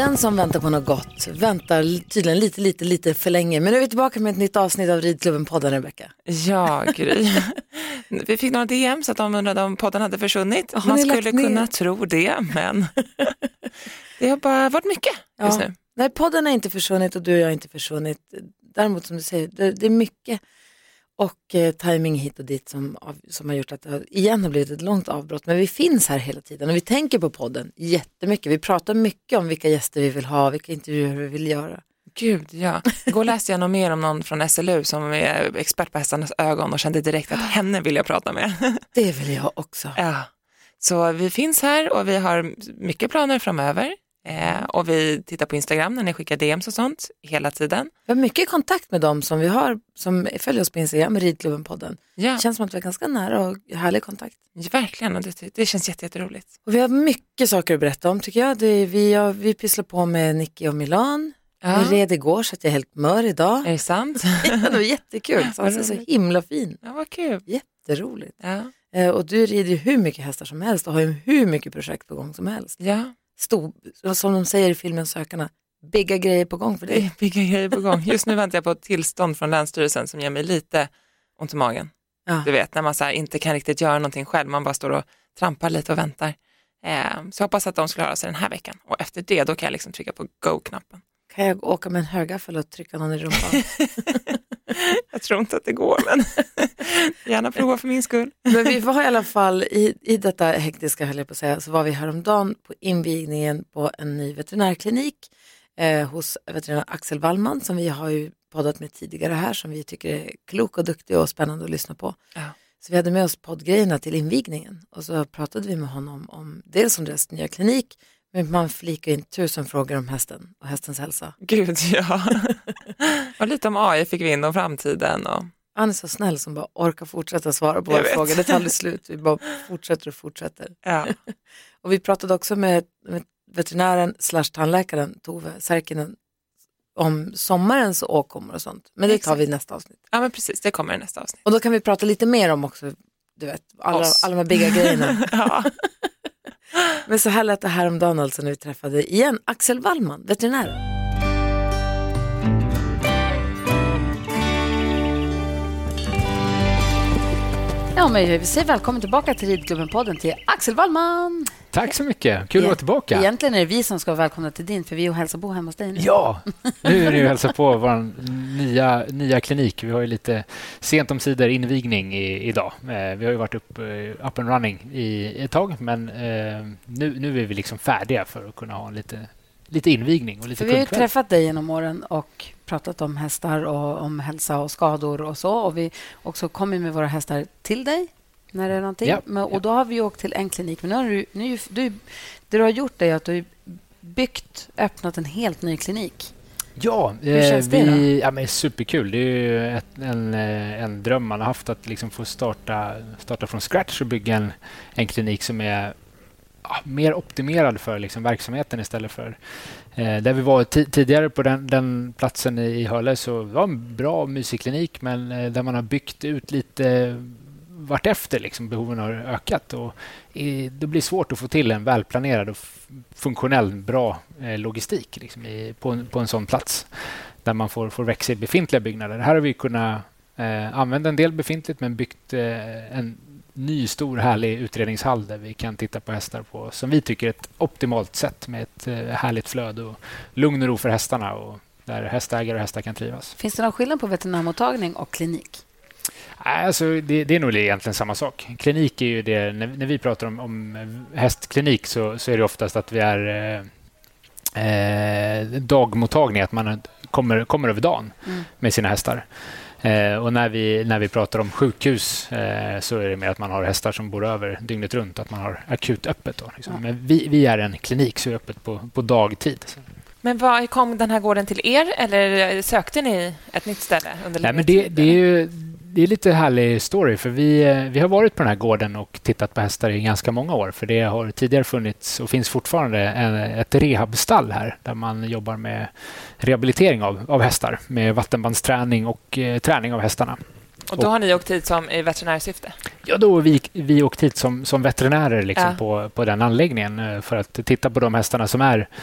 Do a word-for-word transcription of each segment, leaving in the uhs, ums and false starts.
Den som väntar på något gott väntar tydligen lite, lite, lite för länge. Men nu är vi tillbaka med ett nytt avsnitt av Ridklubben-podden, Rebecca. Ja, Gry. Vi fick några D M så att de undrade om podden hade försvunnit. Har Man ni skulle lagt ner? kunna tro det, men det har bara varit mycket just Ja. nu. Nej, podden är inte försvunnit och du och jag är inte försvunnit. Däremot som du säger, det, det är mycket och eh, timing hit och dit som, av, som har gjort att det igen har blivit ett långt avbrott. Men vi finns här hela tiden och vi tänker på podden jättemycket. Vi pratar mycket om vilka gäster vi vill ha, vilka intervjuer vi vill göra. Gud, ja. Igår läste jag nog mer om någon från S L U som är expert på hästarnas ögon och kände direkt att henne vill jag prata med. Det vill jag också. Ja. Så vi finns här och vi har mycket planer framöver. Eh, och vi tittar på Instagram när ni skickar D Ms och sånt hela tiden. Vi har mycket kontakt med dem som vi har, som följer oss på Instagram, Ridklubben-podden. Ja. Det känns som att vi är ganska nära och härlig kontakt. Verkligen, och det, det känns jätte, jätteroligt. Och vi har mycket saker att berätta om tycker jag. Det, vi, har, vi pysslar på med Nicky och Milan. Ja. Vi red igår så att jag är helt mör idag. Är det sant? Ja, det var jättekul. Så han är så himla fin. Ja, vad kul. Jätteroligt. Ja. Eh, och du rider ju hur mycket hästar som helst och har ju hur mycket projekt på gång som helst. Ja. Stor, som de säger i filmen Sökarna, bigga grejer på gång för Det är dig. bigga grejer på gång. Just nu väntar jag på ett tillstånd från Länsstyrelsen som ger mig lite ont i magen. Ja. Du vet, när man så här inte kan riktigt göra någonting själv. Man bara står och trampar lite och väntar. Eh, så jag hoppas att de ska klara sig den här veckan. Och efter det, då kan jag liksom trycka på go-knappen. Kan jag åka med en högaffel och trycka någon i rumpan? Jag tror inte att det går, men gärna prova för min skull. Men vi var i alla fall i, i detta hektiska, höll jag på att säga, så var vi häromdagen på invigningen på en ny veterinärklinik eh, hos veterinär Axel Wallman som vi har ju poddat med tidigare här, som vi tycker är klok och duktig och spännande att lyssna på. Ja. Så vi hade med oss poddgrejerna till invigningen och så pratade vi med honom om dels om deras nya klinik, men man flikar in tusen frågor om hästen och hästens hälsa. Gud, ja. Och lite om A I fick vi in om framtiden. Och... Han är så snäll som bara orkar fortsätta svara på Jag våra vet. frågor. Det tar aldrig slut, vi bara fortsätter och fortsätter. Ja. Och vi pratade också med, med veterinären slash tandläkaren Tove Särkinen om sommarens åkommor och sånt. Men det tar vi i nästa avsnitt. Ja, men precis. Det kommer i nästa avsnitt. Och då kan vi prata lite mer om också, du vet, alla, alla de här bigga grejerna. Ja. Men så här lät det här om dagen alltså när vi träffade igen Axel Wallman, veterinär. Ja, men vi säger välkommen tillbaka till Ridklubben-podden till Axel Wallman. Tack så mycket. Kul att vara tillbaka. Egentligen är det vi som ska vara välkomna till din, för vi är och hälsar på hemma hos dig nu. Ja, nu är det ju hälsa på vår nya, nya klinik. Vi har ju lite sent om sidor invigning i, idag. Eh, vi har ju varit upp, uh, up and running i ett tag, men eh, nu, nu är vi liksom färdiga för att kunna ha en lite, lite invigning och lite för vi har ju kundkväll. träffat dig genom åren och pratat om hästar och om hälsa och skador och så. Och vi också kommer med våra hästar till dig när det är någonting. Ja, men, och ja. då har vi åkt till en klinik. Men nu har du, nu, du, det du har gjort är att du har byggt, öppnat en helt ny klinik. Ja, Hur känns det vi, ja, men superkul. Det är ju ett, en, en dröm man har haft att liksom få starta, starta från scratch och bygga en, en klinik som är ja, mer optimerad för liksom verksamheten istället för eh, där vi var t- tidigare på den, den platsen i, i Hörle, så var en bra musikklinik, men eh, där man har byggt ut lite vartefter liksom behoven har ökat, och i, det blir svårt att få till en välplanerad och f- funktionell bra eh, logistik liksom, i, på, en, på en sån plats där man får, får växa i befintliga byggnader. Här har vi kunnat eh, använda en del befintligt, men byggt eh, en ny stor härlig utredningshall där vi kan titta på hästar på, som vi tycker är ett optimalt sätt, med ett eh, härligt flöde och lugn och ro för hästarna, och där hästägare och hästar kan trivas. Finns det någon skillnad på veterinärmottagning och klinik? Nej, alltså det, det är nog egentligen samma sak. Klinik är ju det, när, när vi pratar om, om hästklinik så, så är det oftast att vi är eh, eh, dagmottagning, att man kommer, kommer över dagen mm. med sina hästar. Eh, och när vi, när vi pratar om sjukhus eh, så är det mer att man har hästar som bor över dygnet runt, att man har akut öppet. Då, liksom. mm. Men vi, vi är en klinik, så är öppet på, på dagtid. Men vad, kom den här gården till er, eller sökte ni ett nytt ställe under Nej, men det, det är ju det är lite härlig story, för vi, vi har varit på den här gården och tittat på hästar i ganska många år, för det har tidigare funnits och finns fortfarande en, ett rehabstall här där man jobbar med rehabilitering av, av hästar, med vattenbandsträning och eh, träning av hästarna. Och då har ni åkt hit som i veterinärsyfte? Ja, då har vi, vi åkt hit som, som veterinärer liksom, ja. på, på den anläggningen för att titta på de hästarna som är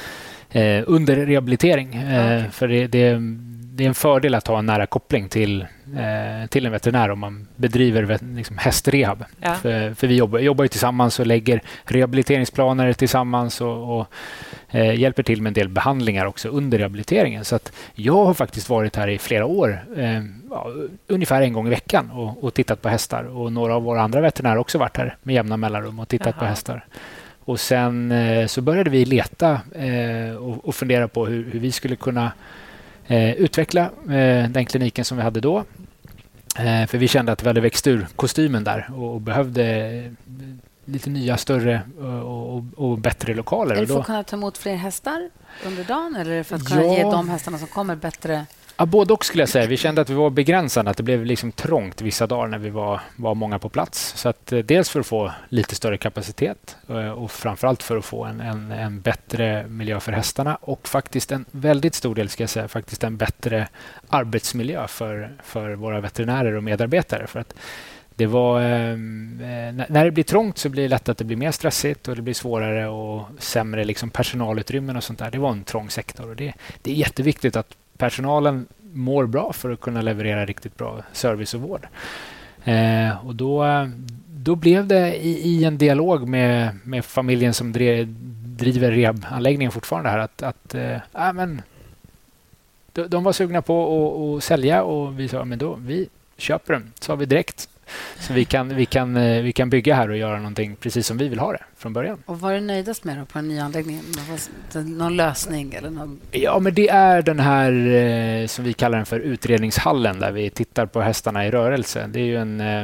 eh, under rehabilitering. Eh, Okay. För det, det, det är en fördel att ha en nära koppling till, eh, till en veterinär om man bedriver vet, liksom hästrehab. Ja. För, för vi jobbar, jobbar ju tillsammans och lägger rehabiliteringsplaner tillsammans och, och eh, hjälper till med en del behandlingar också under rehabiliteringen. Så att jag har faktiskt varit här i flera år, eh, ja, ungefär en gång i veckan och, och tittat på hästar. Och några av våra andra veterinärer har också varit här med jämna mellanrum och tittat Jaha. på hästar. Och sen eh, så började vi leta eh, och, och fundera på hur, hur vi skulle kunna eh, utveckla eh, den kliniken som vi hade då. Eh, för vi kände att vi hade växt ur kostymen där och, och behövde eh, lite nya, större och, och, och bättre lokaler. Är det och för då, att kunna ta emot fler hästar under dagen eller är det för att kunna Ja. ge de hästarna som kommer bättre... Ja, både och skulle jag säga. Vi kände att vi var begränsade, att det blev liksom trångt vissa dagar när vi var, var många på plats. Så att, eh, dels för att få lite större kapacitet eh, och framförallt för att få en, en, en bättre miljö för hästarna och faktiskt en väldigt stor del, ska jag säga, faktiskt en bättre arbetsmiljö för, för våra veterinärer och medarbetare. För att det var, eh, när det blir trångt så blir det lätt att det blir mer stressigt och det blir svårare och sämre liksom personalutrymmen och sånt där. Det var en trång sektor och det, det är jätteviktigt att personalen mår bra för att kunna leverera riktigt bra service och vård. Eh, och då, då blev det i, i en dialog med, med familjen som drev, driver rehabanläggningen fortfarande här att, att eh, äh, men, de, de var sugna på att sälja och vi sa men då vi köper den, sa vi direkt. Så vi kan, vi, kan, vi kan bygga här och göra någonting precis som vi vill ha det från början. Och vad är du nöjdast med då på den nya anläggningen? Någon lösning? Eller någon... Ja, men det är den här eh, som vi kallar den för utredningshallen där vi tittar på hästarna i rörelse. Det är ju en, eh,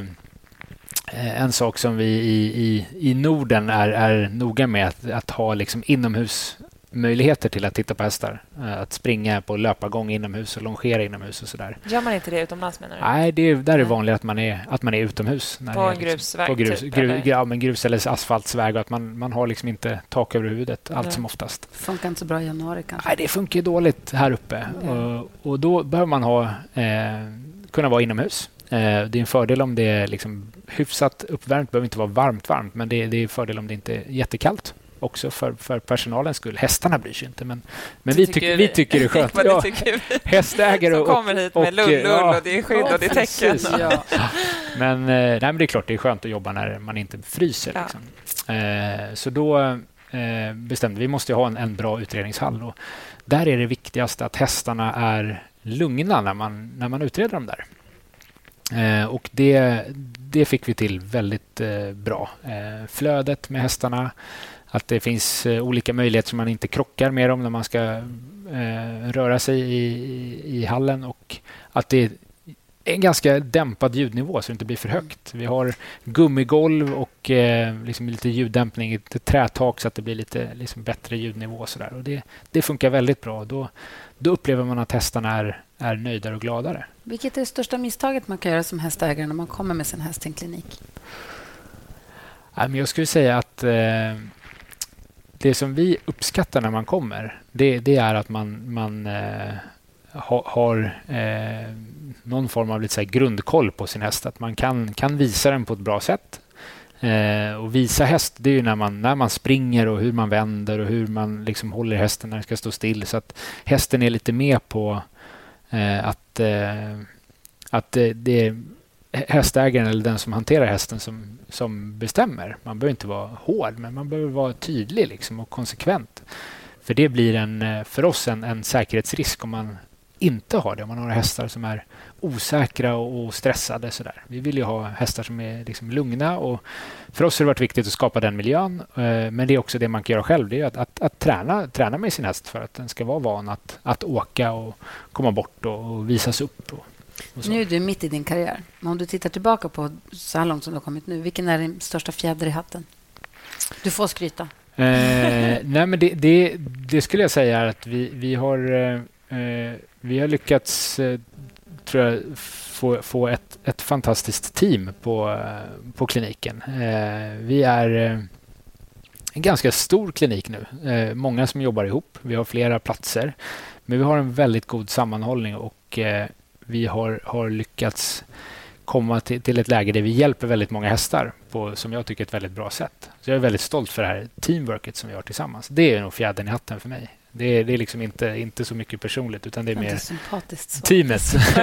en sak som vi i, i, i Norden är, är noga med att, att ha liksom inomhus möjligheter till att titta på hästar. Att springa på löpargång inomhus och longera inomhus och sådär. Gör man inte det utomlands menar du? Nej, det är, där är vanligt att man är, att man är utomhus. När På det är en grusväg på grus, typ, gru, eller? ja, men grus eller asfaltsväg och att man, man har liksom inte tak över huvudet allt Nej. som oftast. Funkar inte så bra i januari kanske? Nej, det funkar dåligt här uppe. Ja. Och, och då behöver man ha, eh, kunna vara inomhus. Eh, det är en fördel om det är liksom hyfsat uppvärmt. Det behöver inte vara varmt, varmt, men det, det är en fördel om det inte är jättekallt. Också för, för personalens skull. Hästarna bryr sig inte, men, men vi, tycker, vi. vi tycker det är skönt. Vad Ja, tycker vi? hästägare Som och, kommer hit med lull-lull ja, och det är skydd ja, och det är tecken. precis. Ja. Men, eh, nej, men det är klart, det är skönt att jobba när man inte fryser. Ja. Liksom. Eh, så då eh, bestämde vi vi måste ha en, en bra utredningshall. Och där är det viktigaste att hästarna är lugna när man, när man utreder dem där. Eh, och det, det fick vi till väldigt eh, bra. Eh, flödet med hästarna, att det finns eh, olika möjligheter som man inte krockar med dem när man ska eh, röra sig i, i, i hallen och att det är en ganska dämpad ljudnivå så det inte blir för högt. Vi har gummigolv och eh, liksom lite ljuddämpning, ett trätak så att det blir lite liksom bättre ljudnivå och så där. Och det, det funkar väldigt bra. Då, då upplever man att hästarna är, är nöjdare och gladare. Vilket är det största misstaget man kan göra som hästägare när man kommer med sin häst till en klinik? Ja, men jag skulle säga att eh, det som vi uppskattar när man kommer, det, det är att man, man eh, ha, har eh, någon form av lite så här grundkoll på sin häst. Att man kan, kan visa den på ett bra sätt. Eh, och visa häst, det är ju när man, när man springer och hur man vänder och hur man liksom håller hästen när den ska stå still. Så att hästen är lite med på eh, att, eh, att det, det är hästägaren eller den som hanterar hästen som, som bestämmer. Man behöver inte vara hård, men man behöver vara tydlig liksom och konsekvent. För det blir en, för oss en, en säkerhetsrisk om man inte har det. Om man har hästar som är osäkra och stressade. Så där. Vi vill ju ha hästar som är liksom lugna. Och för oss har det varit viktigt att skapa den miljön. Men det är också det man kan göra själv. Det är att, att, att träna, träna med sin häst för att den ska vara van att, att åka och komma bort och, och visas upp. Och, och nu är du mitt i din karriär. Men om du tittar tillbaka på så här långt som du har kommit nu, vilken är din största fjäder i hatten? Du får skryta. Eh, nej, men det, det, det skulle jag säga är att vi, vi har eh, vi har lyckats eh, tror jag, få, få ett, ett fantastiskt team på, eh, på kliniken. Eh, vi är eh, en ganska stor klinik nu. Eh, många som jobbar ihop. Vi har flera platser. Men vi har en väldigt god sammanhållning och eh, vi har, har lyckats komma till, till ett läge där vi hjälper väldigt många hästar på, som jag tycker, ett väldigt bra sätt. Så jag är väldigt stolt för det här teamworket som vi har tillsammans. Det är nog fjädern i hatten för mig. Det är, det är liksom inte, inte så mycket personligt, utan det är mer sympatiskt teamet.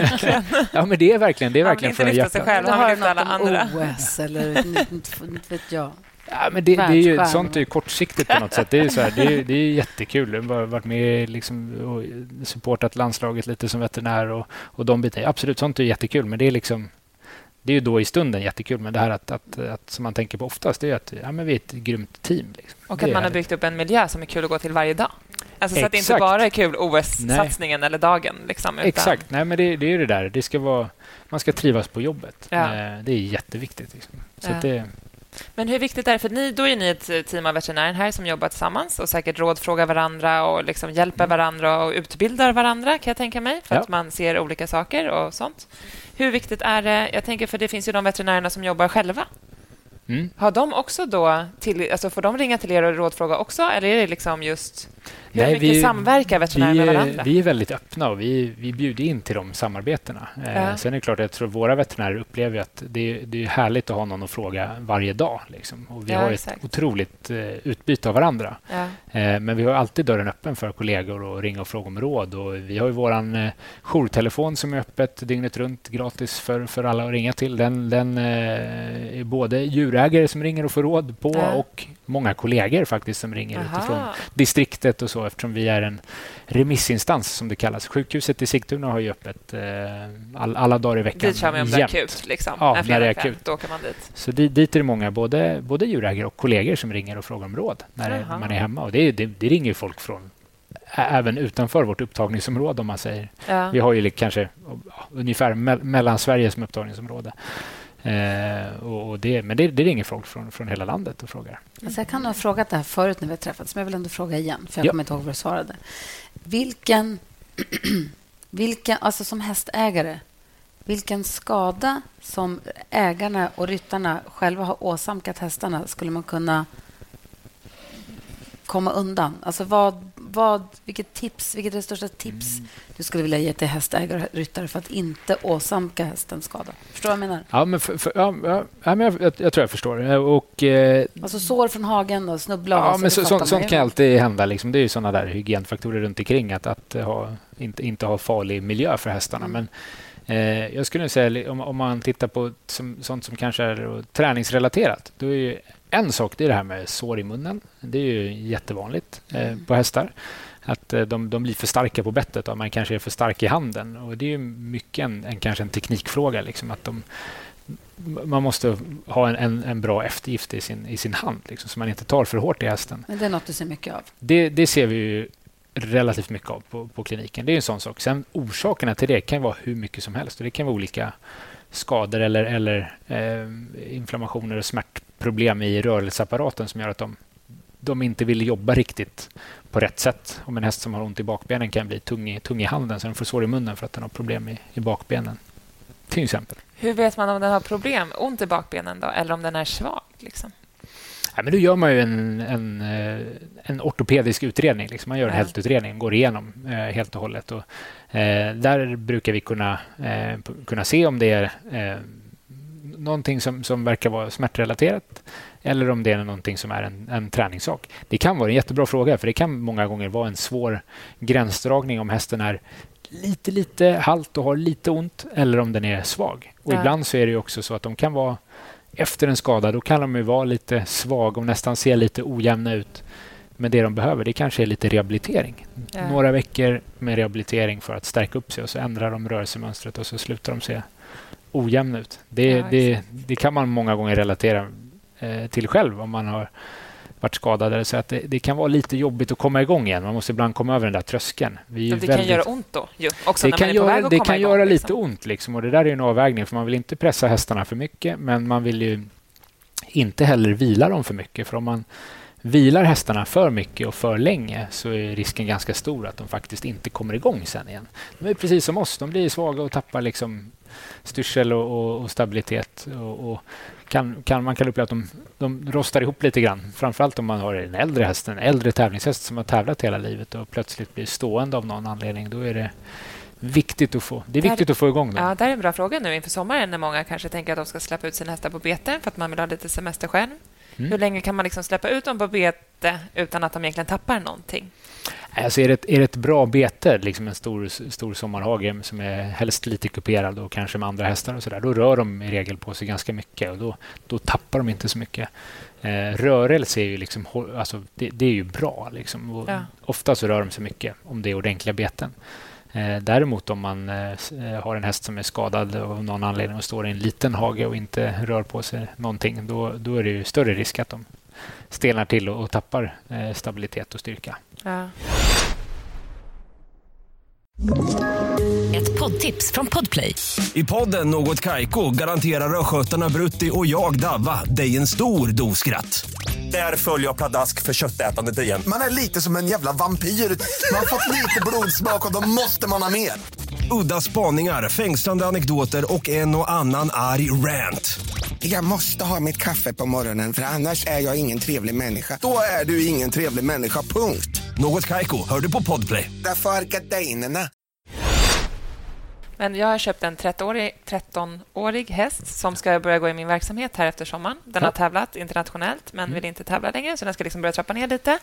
Ja, men det är verkligen, det är verkligen från hjärtat. Han vill inte lyfta sig själv, han vill lyfta alla andra. O S eller inte vet jag. Ja, men det, det är ju, sånt är ju kortsiktigt på något sätt. Det är, så här, det är, det är jättekul. Jag har varit med liksom, och supportat landslaget lite som veterinär och, och de bitarna. Absolut, sånt är jättekul, men det är liksom det är ju då i stunden jättekul. Men det här att, att, att som man tänker på oftast, det är att ja, men vi är ett grymt team. Liksom. Och det att man är har byggt upp en miljö som är kul att gå till varje dag. Alltså, så att det Exakt. inte bara är kul O S-satsningen Nej. eller dagen. Liksom, utan... Exakt. Nej, men det, det är ju det där. Det ska vara, man ska trivas på jobbet. Ja. Det är jätteviktigt. Liksom. Så ja. att det, Men hur viktigt är det? För ni, då är ni ett team av veterinärer här som jobbar tillsammans och säkert rådfrågar varandra och liksom hjälper varandra och utbildar varandra, kan jag tänka mig, för ja. att man ser olika saker och sånt. Hur viktigt är det? Jag tänker, för det finns ju de veterinärerna som jobbar själva. Mm. Har de också då till, alltså får de ringa till er och rådfråga också, eller är det liksom just hur Nej, mycket vi, samverkar veterinärer med varandra? Vi är väldigt öppna och vi, vi bjuder in till de samarbetena. Ja. Eh, sen är det klart att jag tror våra veterinärer upplever att det, det är härligt att ha någon att fråga varje dag. Liksom. Och vi ja, har exakt. ett otroligt eh, utbyte av varandra. Ja. Eh, men vi har alltid dörren öppen för kollegor att ringa och fråga om råd. Och vi har ju våran eh, jourtelefon som är öppet dygnet runt, gratis för, för alla att ringa till. Den, den eh, är både djurägare som ringer och får råd på ja. och många kollegor faktiskt som ringer Aha. utifrån distriktet och så, eftersom vi är en remissinstans som det kallas. Sjukhuset i Sigtuna har ju öppet eh, all, alla dagar i veckan. Dit kör man om det är akut. Liksom. Ja, när det är akut. Då åker man dit. Så dit, dit är det många, både, både djurägare och kollegor som ringer och frågar om råd när man är hemma. Och det, det, det ringer folk från även utanför vårt upptagningsområde, om man säger. Ja. Vi har ju kanske ja, ungefär me- mellan Sverige som upptagningsområde. Eh, och det, men det, det ringer folk från, från hela landet och frågar. Alltså jag kan ha frågat det här förut när vi har träffats, men jag vill ändå fråga igen, för jag ja. kommer inte ihåg vad du svarade. Vilken, vilken, alltså som hästägare, vilken skada som ägarna och ryttarna själva har åsamkat hästarna skulle man kunna komma undan? Alltså vad, vad, vilket tips, vilket är det största tips mm. du skulle vilja ge till hästägare och ryttare för att inte åsamka hästen skada? Förstår du vad jag menar? Ja, men, för, för, ja, ja, men jag, jag, jag tror jag förstår. Och, eh, alltså sår från hagen och snubbla. Ja, men så, så, sånt kan alltid hända. Liksom. Det är ju sådana där hygienfaktorer runt omkring att, att ha, inte, inte ha farlig miljö för hästarna. Mm. Men eh, jag skulle säga, om, om man tittar på som, sånt som kanske är träningsrelaterat, då är ju en sak, det är det här med sår i munnen. Det är ju jättevanligt eh, mm. på hästar. Att eh, de, de blir för starka på bettet och man kanske är för stark i handen. Och det är ju mycket en, en, kanske en teknikfråga. Liksom, att de, man måste ha en, en, en bra eftergift i sin, i sin hand liksom, så man inte tar för hårt i hästen. Men det är något du ser mycket av? Det, det ser vi ju relativt mycket av på, på kliniken. Det är en sån sak. Sen orsakerna till det kan vara hur mycket som helst. Och det kan vara olika skador eller, eller eh, inflammationer och smärtproblem i rörelseapparaten som gör att de, de inte vill jobba riktigt på rätt sätt. Om en häst som har ont i bakbenen kan bli tung i, tung i handen så den får sår i munnen för att den har problem i, i bakbenen. Till exempel. Hur vet man om den har problem, ont i bakbenen då, eller om den är svag? Liksom? Ja, men då gör man ju en, en, en ortopedisk utredning. Liksom. Man gör en ja. hältutredning, går igenom eh, helt och hållet. Och, eh, där brukar vi kunna, eh, kunna se om det är eh, någonting som, som verkar vara smärtrelaterat eller om det är någonting som är en, en träningssak. Det kan vara en jättebra fråga, för det kan många gånger vara en svår gränsdragning om hästen är lite, lite halt och har lite ont eller om den är svag. Och ja. ibland så är det också så att de kan vara efter en skada, då kan de ju vara lite svag och nästan se lite ojämna ut. Men det de behöver, det kanske är lite rehabilitering. Ja. Några veckor med rehabilitering för att stärka upp sig och så ändrar de rörelsemönstret och så slutar de se ojämna ut. Det, ja, det, det kan man många gånger relatera eh, till själv om man har varit skadad. Så att det, det kan vara lite jobbigt att komma igång igen. Man måste ibland komma över den där tröskeln. Vi är det väldigt... kan göra ont då? Ju. Också det när kan man är på göra, väg att det komma kan igång, göra liksom. lite ont. Liksom. Och det där är en avvägning. För man vill inte pressa hästarna för mycket. Men man vill ju inte heller vila dem för mycket. För om man vilar hästarna för mycket och för länge så är risken ganska stor att de faktiskt inte kommer igång sen igen. De är precis som oss. De blir svaga och tappar liksom styrsel och, och, och stabilitet. Och, och kan, kan, man kan uppleva att de, de rostar ihop lite grann. Framförallt om man har en äldre häst, en äldre tävlingshäst som har tävlat hela livet och plötsligt blir stående av någon anledning. Då är det Viktigt att få. Det är viktigt där, att få igång dem. Ja, det är en bra fråga nu inför sommaren när många kanske tänker att de ska släppa ut sina hästar på bete för att man vill ha lite semester själv. Mm. Hur länge kan man liksom släppa ut dem på bete utan att de egentligen tappar någonting? Alltså är, det ett, är det ett bra bete, liksom en stor, stor sommarhage som är helst lite kuperad och kanske med andra hästar och så där, då rör de i regel på sig ganska mycket och då, då tappar de inte så mycket. Eh, rörelse är ju liksom, alltså det, det är ju bra liksom. Och ja. Ofta så rör de sig mycket om det är ordentliga beten. Eh, däremot om man eh, har en häst som är skadad av någon anledning och står i en liten hage och inte rör på sig någonting, då, då är det ju större risk att de stelnar till och, och tappar eh, stabilitet och styrka. Ja. Ett poddtips från Podplay. I podden Något Kaiko garanterar röskötarna Brutti och jag Davva dig en stor dos skratt. Där följer jag pladask för köttätandet igen. Man är lite som en jävla vampyr. Man har fått lite blodsmak och då måste man ha mer. Udda spaningar, fängslande anekdoter och en och annan arg rant. Jag måste ha mitt kaffe på morgonen för annars är jag ingen trevlig människa. Då är du ingen trevlig människa, punkt. Något Kaiko, hör du på Podplay. Därför är gardinerna. Men jag har köpt en trettonårig häst som ska börja gå i min verksamhet här efter sommaren. Den ja. har tävlat internationellt men mm. vill inte tävla längre, så den ska liksom börja trappa ner lite.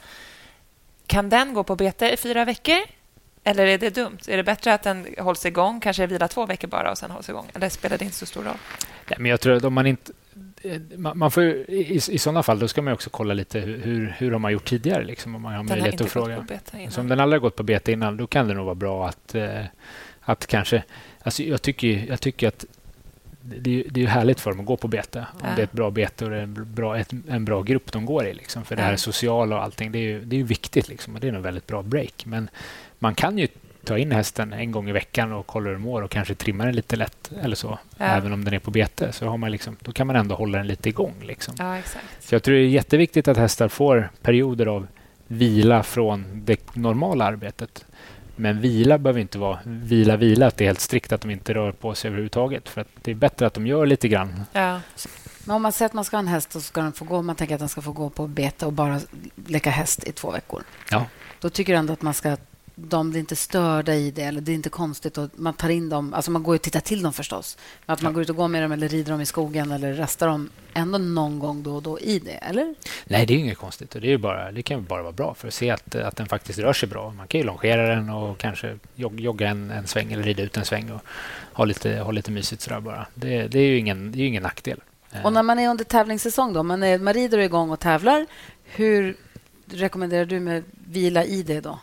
Kan den gå på bete i fyra veckor? Eller är det dumt? Är det bättre att den hålls igång, kanske vila två veckor bara och sen hålls igång? Eller spelar det inte så stor roll? Ja, men jag tror att om man inte... Man får, i, I sådana fall då ska man också kolla lite hur, hur de har gjort tidigare. Liksom, om man har möjlighet att fråga. Så om den aldrig har gått på bete innan, då kan det nog vara bra att, eh, att kanske... Alltså jag, tycker, jag tycker att det, det är härligt för dem att gå på bete. Om ja. det är ett bra bete och det är en bra, ett, en bra grupp de går i. Liksom, för ja. det här sociala och allting, det är ju, det är ju viktigt. Liksom, och det är en väldigt bra break. Men man kan ju ta in hästen en gång i veckan och kolla hur den mår och kanske trimma den lite lätt eller så. Ja. Även om den är på bete, så har man liksom, då kan man ändå hålla den lite igång. Liksom. Ja, exakt. Så jag tror det är jätteviktigt att hästar får perioder av vila från det normala arbetet. Men vila behöver inte vara vila, vila. Att det är helt strikt att de inte rör på sig överhuvudtaget. För att det är bättre att de gör lite grann. Ja. Men om man säger att man ska ha en häst så ska den få gå. Man tänker att den ska få gå på bete och bara leka häst i två veckor. Ja. Då tycker jag ändå att man ska... De blir inte störda i det, eller det är inte konstigt. Och man tar in dem, alltså man går och tittar till dem förstås. Men att man ja. går ut och går med dem eller rider dem i skogen eller rastar dem ändå någon gång då och då i det, eller? Nej, det är inget konstigt. Och det, är bara, det kan ju bara vara bra för att se att, att den faktiskt rör sig bra. Man kan ju longera den och kanske jog, jogga en, en sväng eller rida ut en sväng och ha lite, ha lite mysigt sådär bara. Det, det är ju ingen, det är ju ingen nackdel. Och när man är under tävlingssäsong då, man, är, man rider igång och tävlar, hur rekommenderar du med vila i det då?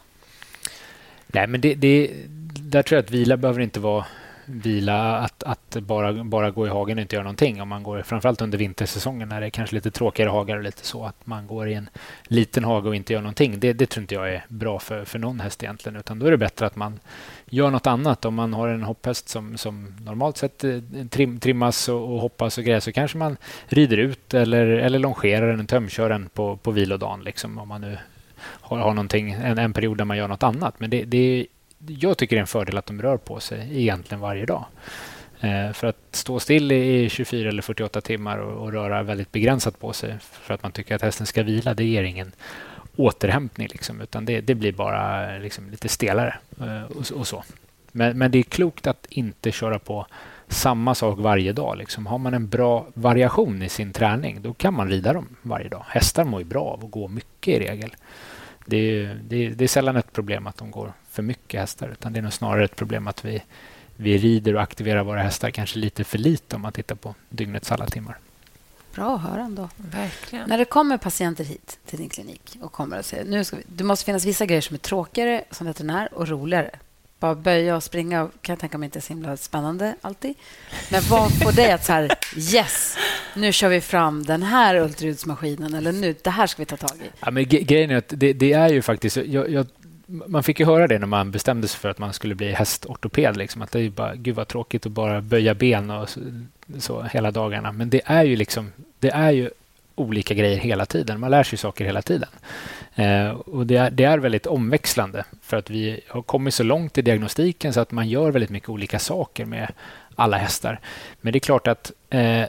Nej, men det, det, där tror jag att vila behöver inte vara vila att, att bara, bara gå i hagen och inte göra någonting. Om man går, framförallt under vintersäsongen när det är kanske lite tråkigare hagar och lite så, att man går i en liten hage och inte gör någonting. Det, det tror inte jag är bra för, för någon häst egentligen, utan då är det bättre att man gör något annat. Om man har en hopphäst som, som normalt sett trim, trimmas och, och hoppas och grejer, så kanske man rider ut eller, eller longerar den, tömkör den på, på vilodagen liksom, om man nu har, har någonting, en, en period där man gör något annat. Men det, det, jag tycker det är en fördel att de rör på sig egentligen varje dag. Eh, för att stå still i tjugofyra eller fyrtioåtta timmar och, och röra väldigt begränsat på sig för att man tycker att hästen ska vila, det ger ingen återhämtning. Liksom, utan det, det blir bara liksom, lite stelare eh, och, och så. Men, men det är klokt att inte köra på samma sak varje dag. Liksom. Har man en bra variation i sin träning, då kan man rida dem varje dag. Hästar mår ju bra av att gå mycket i regel. Det är, det, är, det är sällan ett problem att de går för mycket hästar, utan det är nog snarare ett problem att vi, vi rider och aktiverar våra hästar kanske lite för lite om man tittar på dygnets alla timmar. Bra att höra ändå. Verkligen. När det kommer patienter hit till din klinik och kommer och säger nu ska vi, det måste finnas vissa grejer som är tråkigare som veterinär och roligare. Bara böja och springa kan jag tänka mig inte är så himla spännande alltid. Men vad får dig att så här, yes, nu kör vi fram den här ultraljudsmaskinen eller nu, det här ska vi ta tag i. Ja, men ge- grejen är att det, det är ju faktiskt, jag, jag, man fick ju höra det när man bestämde sig för att man skulle bli hästortoped, liksom, att det är bara, gud vad tråkigt att bara böja ben och så, så hela dagarna. Men det är ju liksom, det är ju olika grejer hela tiden. Man lär sig saker hela tiden. Eh, och det är, det är väldigt omväxlande för att vi har kommit så långt i diagnostiken så att man gör väldigt mycket olika saker med alla hästar. Men det är klart att eh,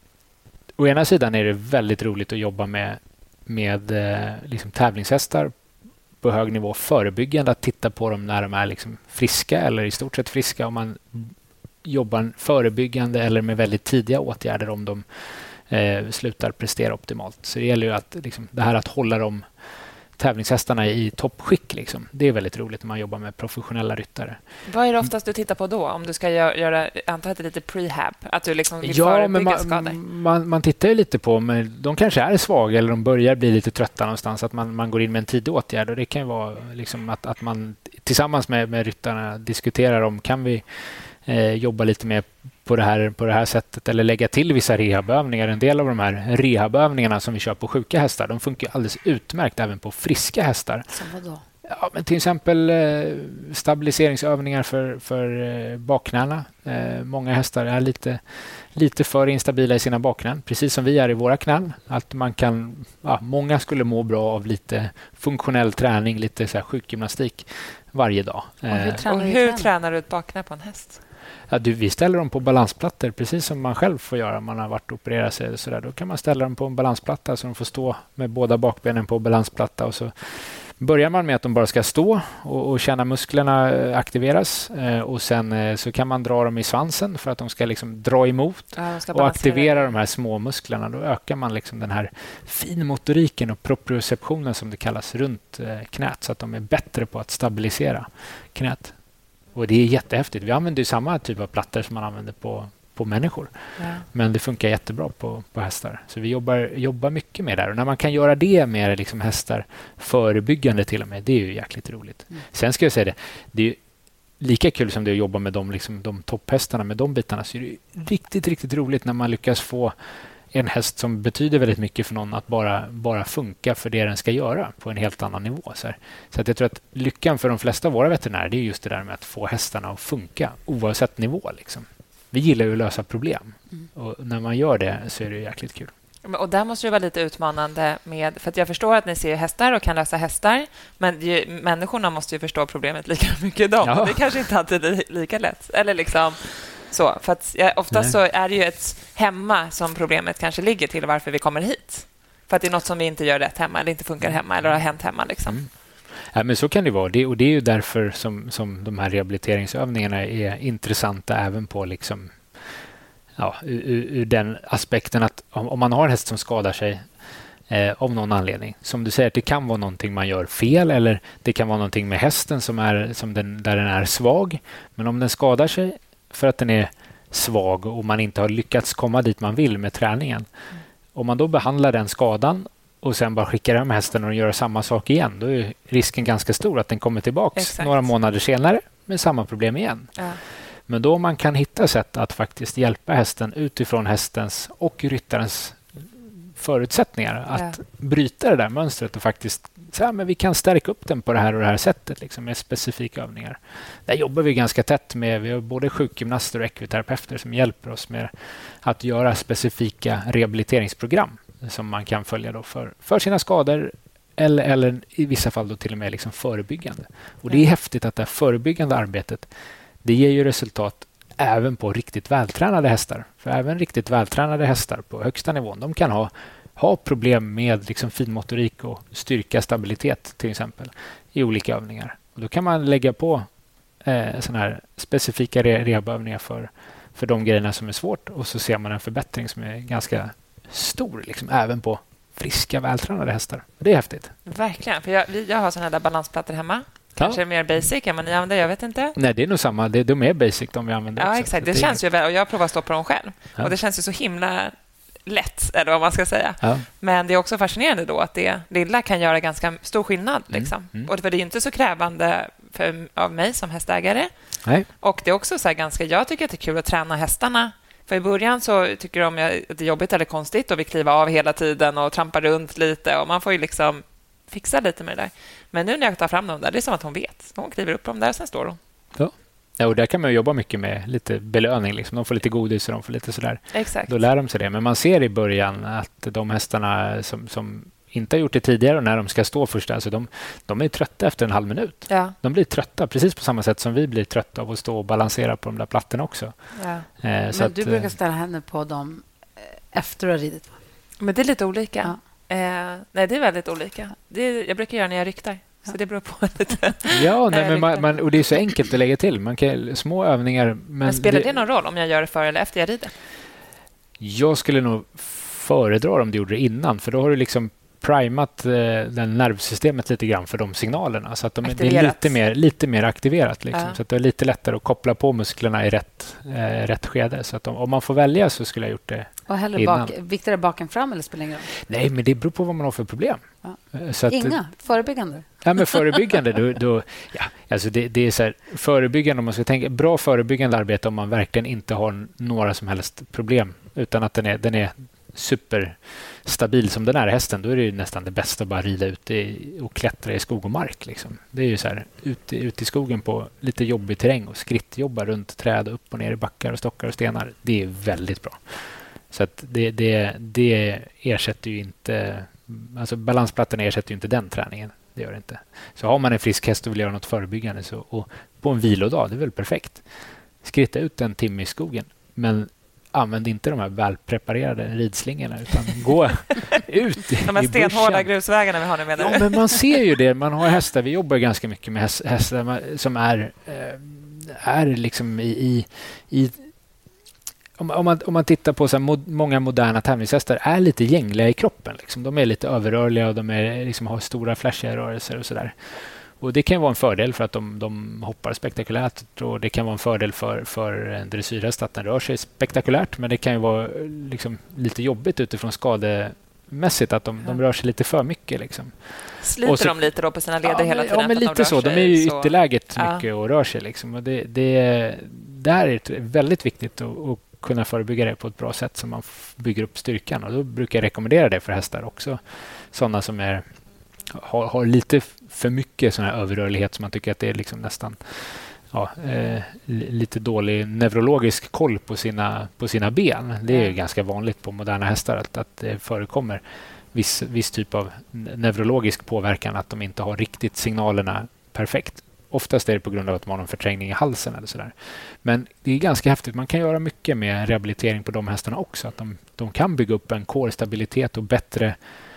å ena sidan är det väldigt roligt att jobba med, med eh, liksom tävlingshästar på hög nivå förebyggande, att titta på dem när de är liksom friska eller i stort sett friska, om man jobbar förebyggande eller med väldigt tidiga åtgärder om de eh, slutar prestera optimalt. Så det gäller ju att liksom, det här att hålla dem tävlingshästarna i toppskick. Liksom. Det är väldigt roligt när man jobbar med professionella ryttare. Vad är det oftast du tittar på då? Om du ska göra, antar att det är lite prehab? Att du liksom vill ja, förebygga men man, skador? Man, man tittar ju lite på, men de kanske är svaga eller de börjar bli lite trötta någonstans. Att man, man går in med en tidig åtgärd. Och det kan ju vara liksom att, att man tillsammans med, med ryttarna diskuterar om kan vi eh, jobba lite mer på det, här, på det här sättet eller lägga till vissa rehabövningar. En del av de här rehabövningarna som vi kör på sjuka hästar, de funkar alldeles utmärkt även på friska hästar. Som vadå? Ja, men till exempel eh, stabiliseringsövningar för, för eh, bakknäna. Eh, många hästar är lite, lite för instabila i sina bakknän, precis som vi är i våra knän. Att man kan, ja, många skulle må bra av lite funktionell träning, lite så här sjukgymnastik varje dag. Och hur Eh, tränar, Och du hur tränar? tränar du ett bakknä på en häst? Ja, du, vi ställer dem på balansplattor, precis som man själv får göra om man har varit och opererat sig. Så där. Då kan man ställa dem på en balansplatta så de får stå med båda bakbenen på balansplatta. Och så börjar man med att de bara ska stå och, och känna musklerna aktiveras. Eh, och sen eh, så kan man dra dem i svansen för att de ska liksom dra emot Ja, de ska och balansera. aktivera de här små musklerna. Då ökar man liksom den här finmotoriken och proprioceptionen som det kallas runt eh, knät, så att de är bättre på att stabilisera knät. Och det är jättehäftigt. Vi använder ju samma typ av plattor som man använder på, på människor. Ja. Men det funkar jättebra på, på hästar. Så vi jobbar, jobbar mycket med det här. Och när man kan göra det med liksom hästar förebyggande till och med, det är ju jäkligt roligt. Mm. Sen ska jag säga det, det är ju lika kul som det är att jobba med de, liksom, de topphästarna, med de bitarna, så är det riktigt, riktigt roligt när man lyckas få en häst som betyder väldigt mycket för någon att bara, bara funka för det den ska göra på en helt annan nivå. Så, här. Så att jag tror att lyckan för de flesta av våra veterinärer, det är just det där med att få hästarna att funka oavsett nivå. Liksom. Vi gillar ju att lösa problem. Mm. Och när man gör det så är det jäkligt kul. Och där måste det vara lite utmanande med, för att jag förstår att ni ser hästar och kan lösa hästar, men ju, människorna måste ju förstå problemet lika mycket de. Ja. Det kanske inte alltid är lika lätt. Eller liksom så, för att ja, oftast så är det ju ett hemma som problemet kanske ligger till varför vi kommer hit. För att det är något som vi inte gör rätt hemma eller inte funkar hemma eller har hänt hemma liksom. Mm. Ja, men så kan det vara. Det, och det är ju därför som, som de här rehabiliteringsövningarna är intressanta även på liksom, ja, ur, ur den aspekten att om, om man har en häst som skadar sig eh, av någon anledning. Som du säger, det kan vara någonting man gör fel eller det kan vara någonting med hästen som är, som den, där den är svag. Men om den skadar sig för att den är svag och man inte har lyckats komma dit man vill med träningen. Mm. Om man då behandlar den skadan och sen bara skickar hem hästen och gör samma sak igen, då är risken ganska stor att den kommer tillbaka några månader senare med samma problem igen. Ja. Men då man kan hitta sätt att faktiskt hjälpa hästen utifrån hästens och ryttarens förutsättningar att ja. bryta det där mönstret och faktiskt så här, men vi kan stärka upp den på det här och det här sättet liksom, med specifika övningar. Där jobbar vi ganska tätt med, vi har både sjukgymnaster och ekviterapeuter som hjälper oss med att göra specifika rehabiliteringsprogram som man kan följa då för, för sina skador eller, eller i vissa fall då till och med liksom förebyggande. Och det är ja. häftigt att det här förebyggande arbetet, det ger ju resultat även på riktigt vältränade hästar. För även riktigt vältränade hästar på högsta nivån, de kan ha, ha problem med liksom finmotorik och styrka, stabilitet till exempel i olika övningar. Och då kan man lägga på eh, såna här specifika re- rehabövningar för, för de grejerna som är svårt och så ser man en förbättring som är ganska stor liksom, även på friska, vältränade hästar. Och det är häftigt. Verkligen, för jag, jag har såna där balansplattor hemma. Kanske ja. mer basic än vad ni använder, jag vet inte. Nej, det är nog samma. Det, de är basic de vi använder Ja, också. exakt. Det, det känns ju väl, och jag har provat att stå på dem själv. Ja. Och det känns ju så himla lätt, eller vad man ska säga. Ja. Men det är också fascinerande då att det lilla kan göra ganska stor skillnad. Liksom. Mm. Mm. Och för det är inte så krävande för, av mig som hästägare. Nej. Och det är också så här ganska, jag tycker att det är kul att träna hästarna. För i början så tycker de att det är jobbigt eller konstigt och vi kliver av hela tiden och trampar runt lite och man får ju liksom fixa lite med det där. Men nu när jag tar fram dem där, det är som att hon vet. Hon kliver upp dem där och sen står hon. Ja. Ja, och där kan man jobba mycket med lite belöning. Liksom. De får lite godis och de får lite sådär. Exakt. Då lär de sig det. Men man ser i början att de hästarna som, som inte har gjort det tidigare och när de ska stå först, alltså de, de är trötta efter en halv minut. Ja. De blir trötta precis på samma sätt som vi blir trötta av att stå och balansera på de där plattorna också. Ja. Eh, så Men att, du brukar ställa henne på dem efter att ha ridit? Men det är lite olika. Ja. Eh, nej, det är väldigt olika. Det är, jag brukar göra när jag ryktar. Så det beror på lite. Ja, nej, men man, man, och det är så enkelt att lägga till. Man kan, små övningar. Men, men spelar det, det någon roll om jag gör det före eller efter jag rider? Jag skulle nog föredra om du gjorde det innan, för då har du liksom primat eh, den nervsystemet lite grann för de signalerna. Så att de, det är lite mer, lite mer aktiverat. Liksom, ja. Så att det är lite lättare att koppla på musklerna i rätt, eh, rätt skede. Så att om, om man får välja så skulle jag gjort det och hellre innan. Bak, viktigare baken fram eller spelar ingen roll? Nej, men det beror på vad man har för problem. Ja. Så att, Inga? Förebyggande? Ja, men förebyggande. Då, då, ja, alltså det, det är så här, förebyggande, om man ska tänka, bra förebyggande arbete om man verkligen inte har några som helst problem, utan att den är, den är superstabil som den är hästen, då är det ju nästan det bästa att bara rida ut i, och klättra i skog och mark. Liksom. Det är ju så här, ut, ut i skogen på lite jobbig terräng och skrittjobba runt träd, upp och ner i backar och stockar och stenar. Det är väldigt bra. Så att det, det, det ersätter ju inte, alltså balansplattan ersätter ju inte den träningen. Det gör det inte. Så har man en frisk häst och vill göra något förebyggande så, och på en vilodag, det är väl perfekt. Skritta ut en timme i skogen, men använd inte de här välpreparerade ridslingorna, utan gå ut i, de här i stenhårda grusvägarna vi har nu, menar du? Ja, men man ser ju det. Man har hästar. Vi jobbar ganska mycket med hästar som är, är liksom i... i, i om, om, man, om man tittar på så här, mod, många moderna tävlingshästar är lite gängliga i kroppen. Liksom. De är lite överrörliga och de är, liksom, har stora flashiga rörelser och sådär. Och det kan vara en fördel för att de, de hoppar spektakulärt, och det kan vara en fördel för, för en dressyrhäst att den rör sig spektakulärt, men det kan ju vara liksom lite jobbigt utifrån skademässigt att de, de rör sig lite för mycket. Liksom. Sliter så, de lite då på sina leder ja, hela tiden? Ja, men lite de så. De är ju i så... ytterläget ja. mycket och rör sig. Liksom. Och det, det, det är väldigt viktigt att, att kunna förebygga det på ett bra sätt så man bygger upp styrkan. Och då brukar jag rekommendera det för hästar också. Sådana som är Har, har lite för mycket sån här överrörlighet som man tycker att det är liksom nästan ja, eh, lite dålig neurologisk koll på sina, på sina ben. Det är ju ganska vanligt på moderna hästar att, att det förekommer viss, viss typ av neurologisk påverkan, att de inte har riktigt signalerna perfekt. Oftast är det på grund av att man har en förträngning i halsen eller sådär. Men det är ganska häftigt. Man kan göra mycket med rehabilitering på de hästarna också. Att de, de kan bygga upp en core-stabilitet och bättre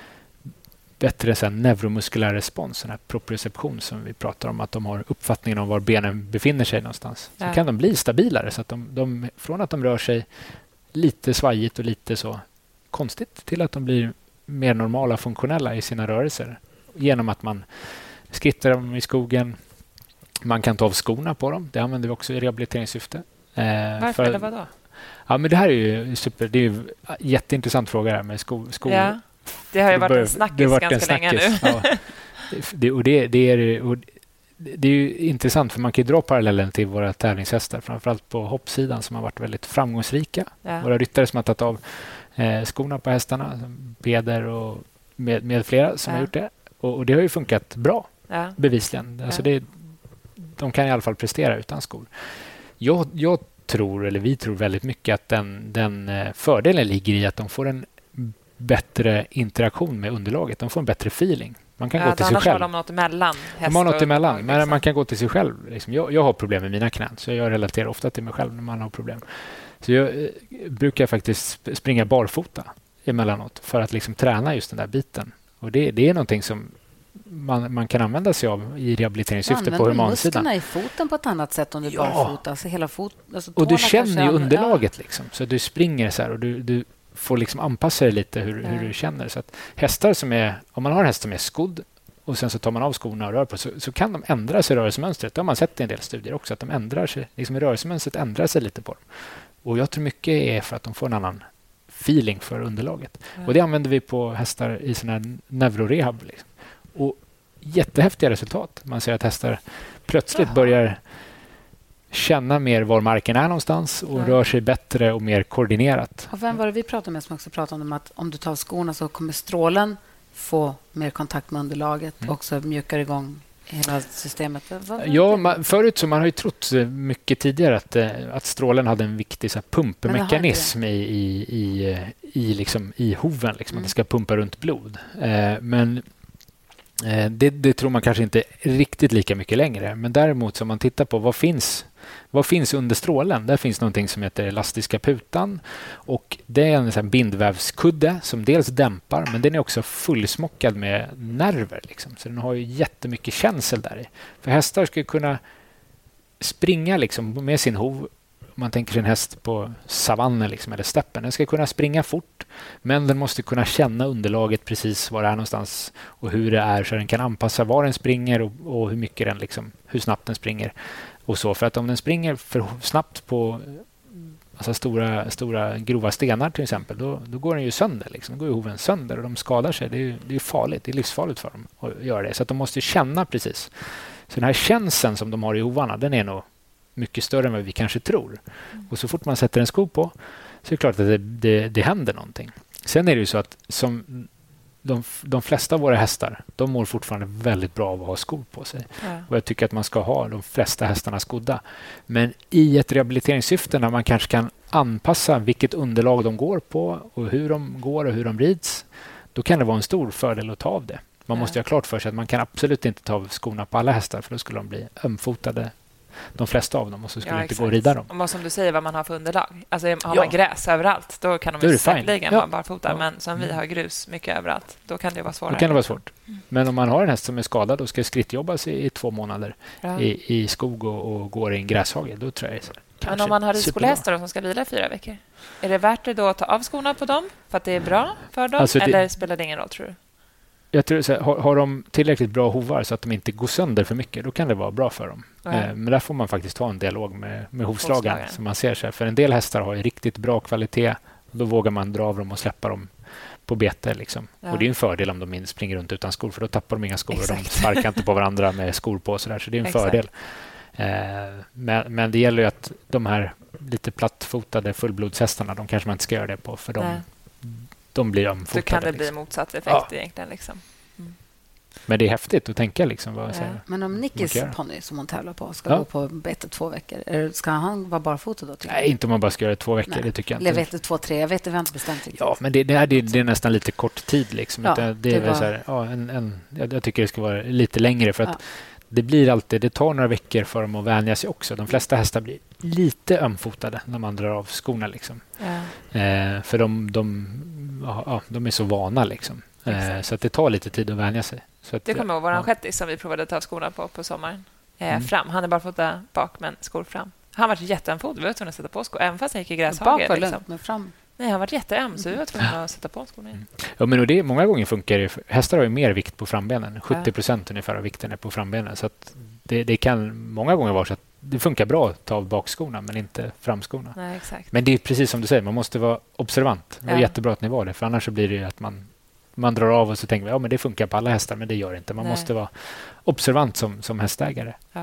bättre så här, neuromuskulär respons, den här proprioception som vi pratar om, att de har uppfattningen om var benen befinner sig någonstans. Så ja. Kan de bli stabilare, så att de, de, från att de rör sig lite svajigt och lite så konstigt till att de blir mer normala, funktionella i sina rörelser. Genom att man skrittar dem i skogen. Man kan ta av skorna på dem. Det använder vi också i rehabiliteringssyfte. Eh, Varför för, eller vad då? Ja, men det här är ju super. Det är ju en jätteintressant fråga här med sko, skor. Ja. Det har ju varit en snackis varit ganska en snackis. länge nu. Ja. Det, och det, det, är, och det är ju intressant, för man kan ju dra parallellen till våra tävlingshästar, framförallt på hoppsidan, som har varit väldigt framgångsrika. Ja. Våra ryttare som har tagit av eh, skorna på hästarna, Peder och med, med flera som ja. har gjort det. Och, och det har ju funkat bra, ja. bevisligen. Alltså ja. det, de kan i alla fall prestera utan skor. Jag, jag tror, eller vi tror väldigt mycket att den, den fördelen ligger i att de får en bättre interaktion med underlaget. De får en bättre feeling. Man kan ja, gå till sig själv. Har de något emellan. De har något emellan, men liksom. Man kan gå till sig själv. Liksom. Jag, jag har problem med mina knän, så jag relaterar ofta till mig själv när man har problem. Så jag eh, brukar faktiskt springa barfota emellanåt för att liksom träna just den där biten. Och det, det är någonting som man, man kan använda sig av i rehabiliteringssyfte på humansidan. Musklerna i foten på ett annat sätt om du ja. barfota. Alltså hela fot, alltså och du känner ju underlaget. Ja. Liksom. Så du springer så här och du, du får liksom anpassa dig lite hur, hur du känner. Så att hästar som är, om man har en häst som är skodd och sen så tar man av skorna och rör på, så, så kan de ändra sig i rörelsemönstret. Det har man sett i en del studier också, att de ändrar sig, liksom rörelsemönstret ändrar sig lite på dem. Och jag tror mycket är för att de får en annan feeling för underlaget. Mm. Och det använder vi på hästar i sån här neurorehab. Liksom. Och jättehäftiga resultat. Man ser att hästar plötsligt Jaha. börjar känna mer var marken är någonstans och mm. rör sig bättre och mer koordinerat. Och vem var det vi pratade med som också pratade om att om du tar skorna så kommer strålen få mer kontakt med underlaget mm. och så mjukar igång hela systemet? Ja, man, förut så man har ju trott mycket tidigare att, att strålen hade en viktig så här, pumpmekanism i, i, i, i, liksom, i hoven. Liksom, mm. Att det ska pumpa runt blod. Eh, men eh, det, det tror man kanske inte riktigt lika mycket längre. Men däremot, om man tittar på vad finns vad finns under strålen? Där finns någonting som heter elastiska putan och det är en sån här bindvävskudde som dels dämpar men den är också fullsmockad med nerver. Liksom. Så den har ju jättemycket känsel där i. För hästar ska kunna springa liksom med sin hov. Man tänker sig en häst på savannen liksom, eller steppen. Den ska kunna springa fort men den måste kunna känna underlaget precis var det är någonstans och hur det är så den kan anpassa var den springer och, och hur mycket den liksom, hur snabbt den springer och så. För att om den springer för snabbt på alltså stora, stora grova stenar till exempel då, då går den ju sönder. Liksom. Då går ju hoven sönder och de skadar sig. Det är ju det är farligt. Det är livsfarligt för dem att göra det. Så att de måste känna precis. Så den här känseln som de har i hovarna den är nog mycket större än vad vi kanske tror. Mm. Och så fort man sätter en sko på så är det klart att det, det, det händer någonting. Sen är det ju så att som de, de flesta av våra hästar de mår fortfarande väldigt bra av att ha skor på sig. Ja. Och jag tycker att man ska ha de flesta hästarna skodda. Men i ett rehabiliteringssyfte när man kanske kan anpassa vilket underlag de går på och hur de går och hur de rids, då kan det vara en stor fördel att ta av det. Man ja. måste ha klart för sig att man kan absolut inte ta av skorna på alla hästar för då skulle de bli ömfotade de flesta av dem och så skulle ja, inte gå att rida dem. Och vad som du säger vad man har för underlag. Alltså har ja. man gräs överallt då kan de säkerligen vara barfota ja. men som vi har grus mycket överallt då kan det vara svårare. Då kan det vara svårt. Mm. Men om man har en häst som är skadad och ska skrittjobbas i, i två månader ja. i, i skog och, och går i en gräshage då tror jag det är Men om man har ridskolehästar som ska vila i fyra veckor är det värt det då att ta av skorna på dem för att det är bra för dem alltså det, eller spelar det ingen roll tror du? Jag tror så här, har, har de tillräckligt bra hovar så att de inte går sönder för mycket, då kan det vara bra för dem. Mm. Eh, men där får man faktiskt ha en dialog med, med hovslagen. Som man ser sig. För en del hästar har ju riktigt bra kvalitet. Och då vågar man dra av dem och släppa dem på bete. Liksom. Ja. Och det är en fördel om de springer runt utan skor, för då tappar de inga skor. Exakt. Och de sparkar inte på varandra med skor på. Så, där, så det är en Exakt. fördel. Eh, men, men det gäller ju att de här lite plattfotade fullblodshästarna, de kanske man inte ska göra det på, för de, de blir ömfotade. Så kan det liksom. bli motsatt effekt ja. egentligen. Liksom. Mm. Men det är häftigt att tänka. Liksom, vad ja. säger. Men om Nickis ponny som hon tävlar på ska ja. gå på bete två veckor, ska han vara barfota då? Nej, inte om man bara ska göra det två veckor. Nej. Det tycker jag inte. Eller vet du, två, tre. Jag vet det, vi har inte bestämt riktigt. Ja, men det, det, är, det, det är nästan lite kort tid. Liksom. Ja, det, det, det är var... så här, ja, en, en, jag, jag tycker det ska vara lite längre för att ja. det blir alltid, det tar några veckor för dem att vänja sig också. De flesta hästar blir lite ömfotade när man drar av skorna. Liksom. Ja. Eh, för de, de, ja, de är så vana. Liksom. Eh, så att det tar lite tid att vänja sig. Så att, det kommer ihåg vår ja. shettis som vi provade att ta skorna på på sommaren. Eh, mm. fram. Han är bara fota bak, men skor fram. Han var jätteömfotad. Vi var tvungna att sätta på skor. Även fast han gick i gräshage. Bak liksom. men fram. Nej, han var jätteöm, så vi var tvungna att sätta på skorna. Mm. Ja, men och det många gånger funkar det. Hästar har ju mer vikt på frambenen. sjuttio procent ungefär av vikten är på frambenen. Så att det, det kan många gånger vara så att det funkar bra att ta av bakskorna men inte framskorna. Nej, exakt. Men det är precis som du säger, man måste vara observant. Det är ja. jättebra att ni var det, för annars så blir det att man, man drar av och så tänker vi, ja men det funkar på alla hästar, men det gör det inte. Man Nej. måste vara observant som, som hästägare. Ja.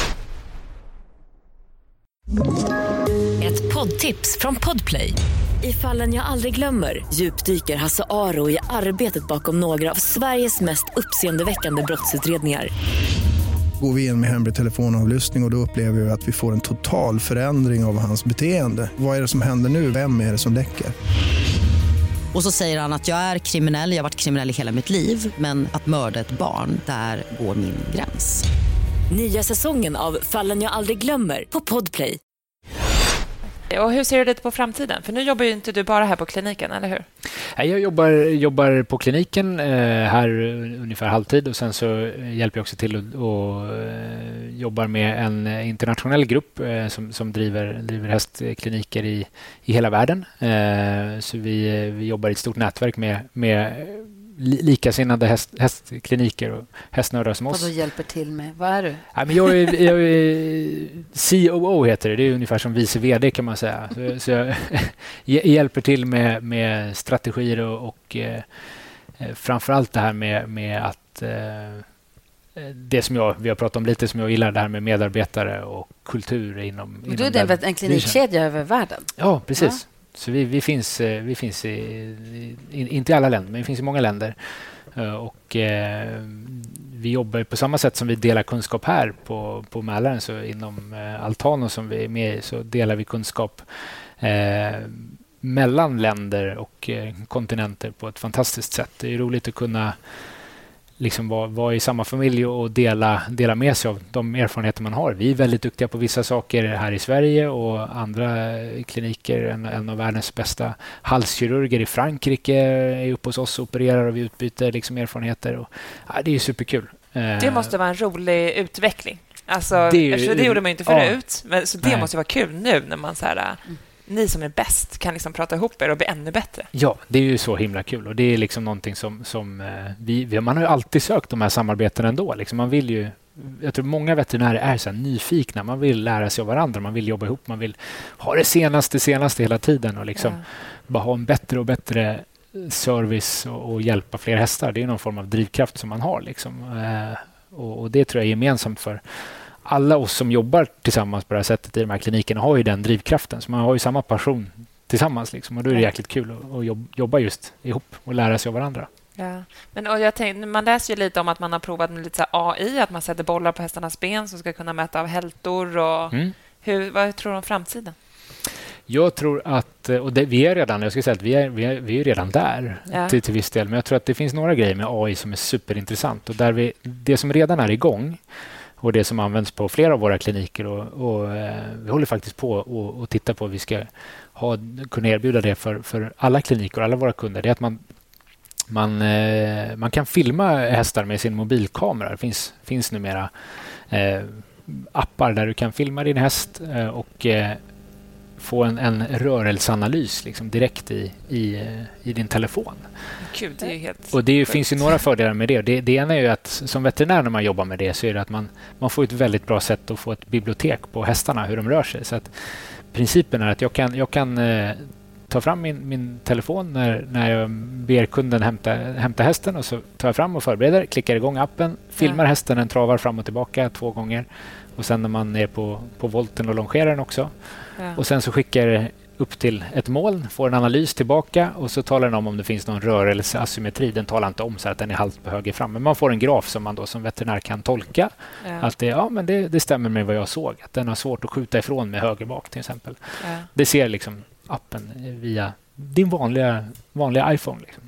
Ett poddtips från Podplay. I Fallen jag aldrig glömmer djupdyker Hasse Aro i arbetet bakom några av Sveriges mest uppseendeväckande brottsutredningar. Går vi in med hemlig telefonavlyssning och, och då upplever vi att vi får en total förändring av hans beteende. Vad är det som händer nu? Vem är det som läcker? Och så säger han att jag är kriminell, jag har varit kriminell i hela mitt liv, men att mörda ett barn, där går min gräns. Nya säsongen av Fallen jag aldrig glömmer på Podplay. Och hur ser du det på framtiden? För nu jobbar ju inte du bara här på kliniken, eller hur? Jag jobbar, jobbar på kliniken eh, här ungefär halvtid och sen så hjälper jag också till och, och eh, jobbar med en internationell grupp eh, som, som driver, driver hästkliniker i, i hela världen. Eh, så vi, vi jobbar i ett stort nätverk med, med likasinnade häst, hästkliniker och hästnördar som oss. Och då hjälper till med, vad är du? Ja, men jag, är, jag är C O O heter det, det är ungefär som vice vd kan man säga. Så, så jag, jag hjälper till med, med strategier och, och eh, framförallt det här med, med att eh, det som jag, vi har pratat om lite som jag gillar, det här med medarbetare och kultur inom... Men du är inom en klinikkedja över världen? Ja, precis. Ja. Så vi, vi finns, vi finns i, i, inte i alla länder, men vi finns i många länder. Och eh, vi jobbar på samma sätt som vi delar kunskap här på, på Mälaren. Så inom eh, Altano som vi är med i så delar vi kunskap eh, mellan länder och eh, kontinenter på ett fantastiskt sätt. Det är roligt att kunna liksom vara, vara i samma familj och dela, dela med sig av de erfarenheter man har. Vi är väldigt duktiga på vissa saker här i Sverige och andra kliniker, en, en av världens bästa halskirurger i Frankrike är uppe hos oss och opererar och vi utbyter liksom erfarenheter. Och, ja, det är superkul. Det måste vara en rolig utveckling. Alltså, det, är ju, det gjorde man inte förut, ja, men, så det nej. måste vara kul nu när man så här, mm. ni som är bäst kan liksom prata ihop er och bli ännu bättre. Ja, det är ju så himla kul och det är liksom någonting som, som eh, vi, man har ju alltid sökt de här samarbeten ändå. Liksom man vill ju, jag tror många veterinärer är så här nyfikna, man vill lära sig av varandra, man vill jobba ihop, man vill ha det senaste, senaste hela tiden och liksom ja. bara ha en bättre och bättre service och, och hjälpa fler hästar. Det är någon form av drivkraft som man har liksom. Eh, och, och det tror jag är gemensamt för alla oss som jobbar tillsammans på det här sättet i de här klinikerna har ju den drivkraften. Så man har ju samma passion tillsammans. Liksom, och då är det jäkligt kul att, att jobba just ihop och lära sig av varandra. Ja. Men, och jag tänkte, man läser ju lite om att man har provat med lite så här A I, att man sätter bollar på hästarnas ben som ska kunna mäta av hältor. Och mm. hur, vad tror du om framtiden? Jag tror att, och det, vi är redan, jag ska säga att vi är, vi är, vi är redan där ja. till, till viss del. Men jag tror att det finns några grejer med A I som är superintressant. Och där vi, det som redan är igång och det som används på flera av våra kliniker och, och eh, vi håller faktiskt på och, och titta på att vi ska ha, kunna erbjuda det för, för alla kliniker och alla våra kunder. Det är att man, man, eh, man kan filma hästar med sin mobilkamera. Det finns, finns numera eh, appar där du kan filma din häst eh, och eh, få en, en rörelseanalys liksom direkt i, i, i din telefon. Gud, det är ju helt och det är, finns ju några fördelar med det. det. Det ena är ju att som veterinär när man jobbar med det så är det att man, man får ett väldigt bra sätt att få ett bibliotek på hästarna, hur de rör sig. Så att principen är att jag kan, jag kan eh, ta fram min, min telefon när, när jag ber kunden hämta, hämta hästen och så tar jag fram och förbereder, klickar igång appen, filmar ja. hästen, den travar fram och tillbaka två gånger och sen när man är på, på volten och longerar den också. Ja. Och sen så skickar jag upp till ett moln, får en analys tillbaka och så talar den om om det finns någon rörelseasymmetri. Den talar inte om så att den är halvt på höger fram. Men man får en graf som man då som veterinär kan tolka. Ja. Att det, ja, men det, det stämmer med vad jag såg. Att den har svårt att skjuta ifrån med höger bak till exempel. Ja. Det ser liksom appen via din vanliga, vanliga iPhone. Liksom.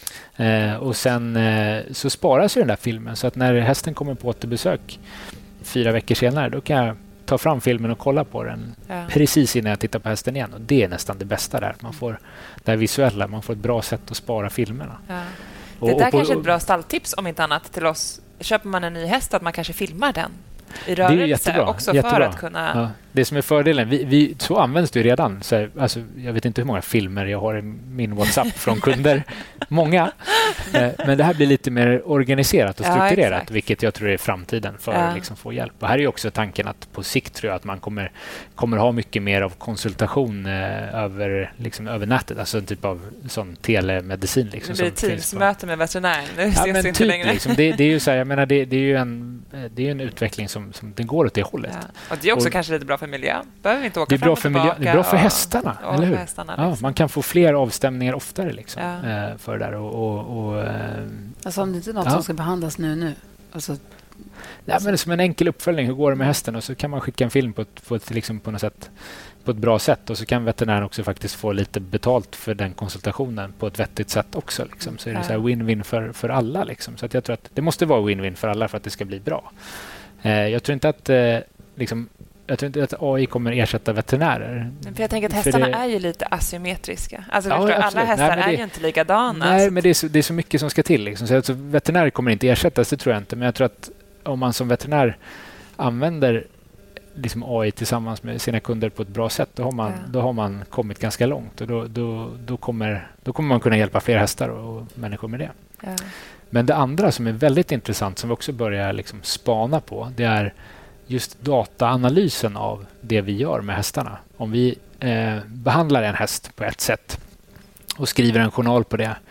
Eh, och sen eh, så sparas ju den där filmen så att när hästen kommer på återbesök fyra veckor senare, då kan jag ta fram filmen och kolla på den ja. precis innan jag tittar på hästen igen. Och det är nästan det bästa där. Man får det visuella, man får ett bra sätt att spara filmerna. Ja. Det där och, och på, kanske är ett bra stalltips om inte annat till oss. Köper man en ny häst att man kanske filmar den i rörelse det är jättebra, också jättebra. För att kunna... Ja, det som är fördelen, vi, vi, så används det ju redan. Så, alltså, jag vet inte hur många filmer jag har i min WhatsApp från kunder. Många. Eh, men det här blir lite mer organiserat och strukturerat, ja, vilket jag tror är framtiden för ja. att liksom få hjälp. Och här är också tanken att på sikt tror jag att man kommer, kommer ha mycket mer av konsultation eh, över, liksom, över nätet. Alltså en typ av sån telemedicin. Liksom, det blir teamsmöte med veterinären. Det ja, men inte typ, längre. Liksom, det, det är ju så här, jag menar, det, det är ju en, det är en utveckling som, som den går åt det hållet. Ja. Och det är också och, kanske lite bra för miljön. Behöver vi inte åka det är fram bra och för tillbaka. Miljö, det är bra för och, hästarna, och eller hur? Hästarna, ja, liksom. man kan få fler avstämningar oftare liksom, ja. eh, för det där. Och, och, och, eh, alltså om det inte är något ja. som ska behandlas nu nu? Alltså, ja, men det är som en enkel uppföljning. Hur går det med hästen? Och så kan man skicka en film på ett, på ett, liksom på något sätt, på ett bra sätt. Och så kan veterinären också faktiskt få lite betalt för den konsultationen på ett vettigt sätt också. Liksom. Så är det ja. så här win-win för, för alla. Liksom. Så att jag tror att det måste vara win-win för alla för att det ska bli bra. Eh, jag tror inte att eh, liksom, jag tror inte att A I kommer ersätta veterinärer. För jag tänker att hästarna det... är ju lite asymmetriska. Alltså, ja, förstår, alla hästar nej, det... är ju inte likadana. Nej, men det är, så, det är så mycket som ska till. Liksom. Så alltså, veterinärer kommer inte ersättas, det tror jag inte. Men jag tror att om man som veterinär använder liksom A I tillsammans med sina kunder på ett bra sätt, då har man, ja. då har man kommit ganska långt. Och då, då, då, kommer, då kommer man kunna hjälpa fler hästar och, och människor med det. Ja. Men det andra som är väldigt intressant, som vi också börjar liksom spana på, det är just dataanalysen av det vi gör med hästarna. Om vi eh, behandlar en häst på ett sätt och skriver en journal på det,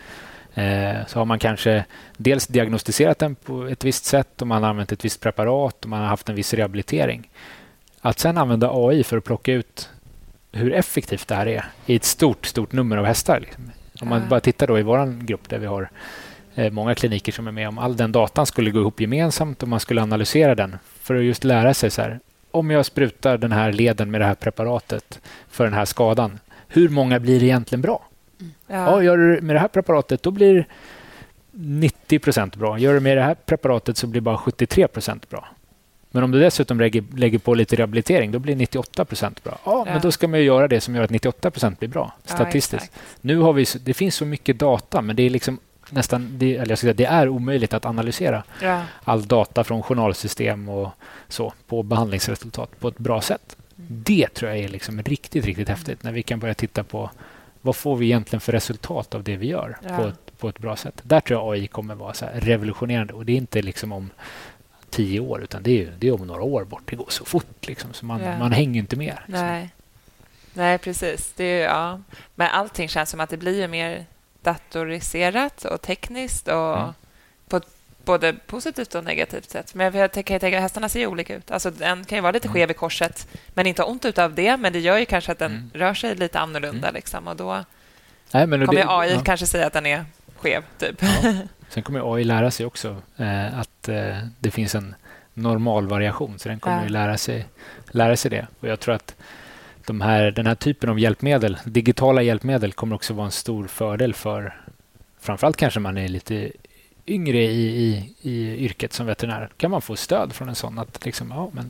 eh, så har man kanske dels diagnostiserat den på ett visst sätt och man har använt ett visst preparat och man har haft en viss rehabilitering. Att sen använda A I för att plocka ut hur effektivt det här är i ett stort, stort nummer av hästar. Liksom. Om man bara tittar då i vår grupp där vi har många kliniker som är med, om all den datan skulle gå ihop gemensamt och man skulle analysera den för att just lära sig så här, om jag sprutar den här leden med det här preparatet för den här skadan, hur många blir egentligen bra? Mm. Ja. Ja, gör du med det här preparatet, då blir nittio procent bra. Gör du med det här preparatet så blir bara sjuttiotre procent bra. Men om du dessutom lägger, lägger på lite rehabilitering, då blir nittioåtta procent bra. Ja, ja, men då ska man ju göra det som gör att nittioåtta procent blir bra statistiskt. Ja, nu har vi, det finns så mycket data, men det är liksom nästan, det, eller jag ska säga, det är omöjligt att analysera ja. all data från journalsystem och så på behandlingsresultat på ett bra sätt. Mm. Det tror jag är liksom riktigt, riktigt mm. häftigt när vi kan börja titta på vad får vi egentligen för resultat av det vi gör ja. på, ett, på ett bra sätt. Där tror jag A I kommer vara så här revolutionerande, och det är inte liksom om tio år, utan det är, det är om några år bort. Det går så fort liksom, så man, ja. man hänger inte med. Liksom. Nej. Nej, precis. Det är, ja. Men allting känns som att det blir mer datoriserat och tekniskt och mm. på ett både positivt och negativt sätt. Men jag kan tänka att hästarna ser olika ut. Alltså, den kan ju vara lite skev i korset, men inte ont utav det, men det gör ju kanske att den mm. rör sig lite annorlunda. Mm. Liksom, och då Nej, men kommer det, A I ja. kanske säga att den är skev. Typ. Ja. Sen kommer A I lära sig också eh, att eh, det finns en normal variation, så den kommer ja. ju lära sig, lära sig det. Och jag tror att de här, den här typen av hjälpmedel, digitala hjälpmedel, kommer också vara en stor fördel för framförallt kanske man är lite yngre i, i, i yrket som veterinär. Kan man få stöd från en sån att liksom, ja men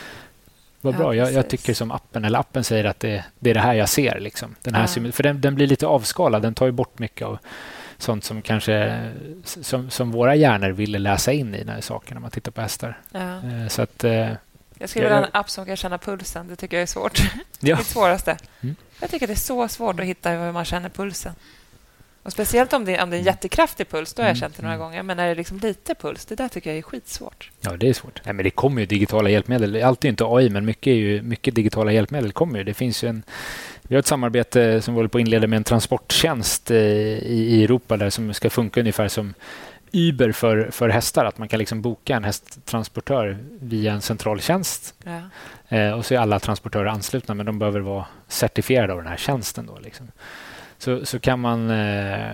vad bra, ja, jag, jag tycker som appen eller appen säger att det, det är det här jag ser liksom. Den här ja. För den, den blir lite avskalad, den tar ju bort mycket av sånt som kanske som, som våra hjärnor ville läsa in i när saker när man tittar på hästar. Ja. Så att jag skulle vilja ha en app som kan känna pulsen. Det tycker jag är svårt. Ja. Det är det svåraste. Mm. Jag tycker det är så svårt att hitta hur man känner pulsen. Och speciellt om det, om det är en jättekraftig puls, då har jag känt det några gånger. Men när det är liksom lite puls, det där tycker jag är skitsvårt. Ja, det är svårt. Nej, men det kommer ju digitala hjälpmedel. Allt är inte A I, men mycket, är ju, mycket digitala hjälpmedel kommer ju. Det finns ju en, vi har ett samarbete som vi håller på att inleda med en transporttjänst i, i Europa där som ska funka ungefär som Uber för, för hästar. Att man kan liksom boka en hästtransportör via en central tjänst. Ja. Eh, och så är alla transportörer anslutna, men de behöver vara certifierade av den här tjänsten då liksom. Så, så kan man eh,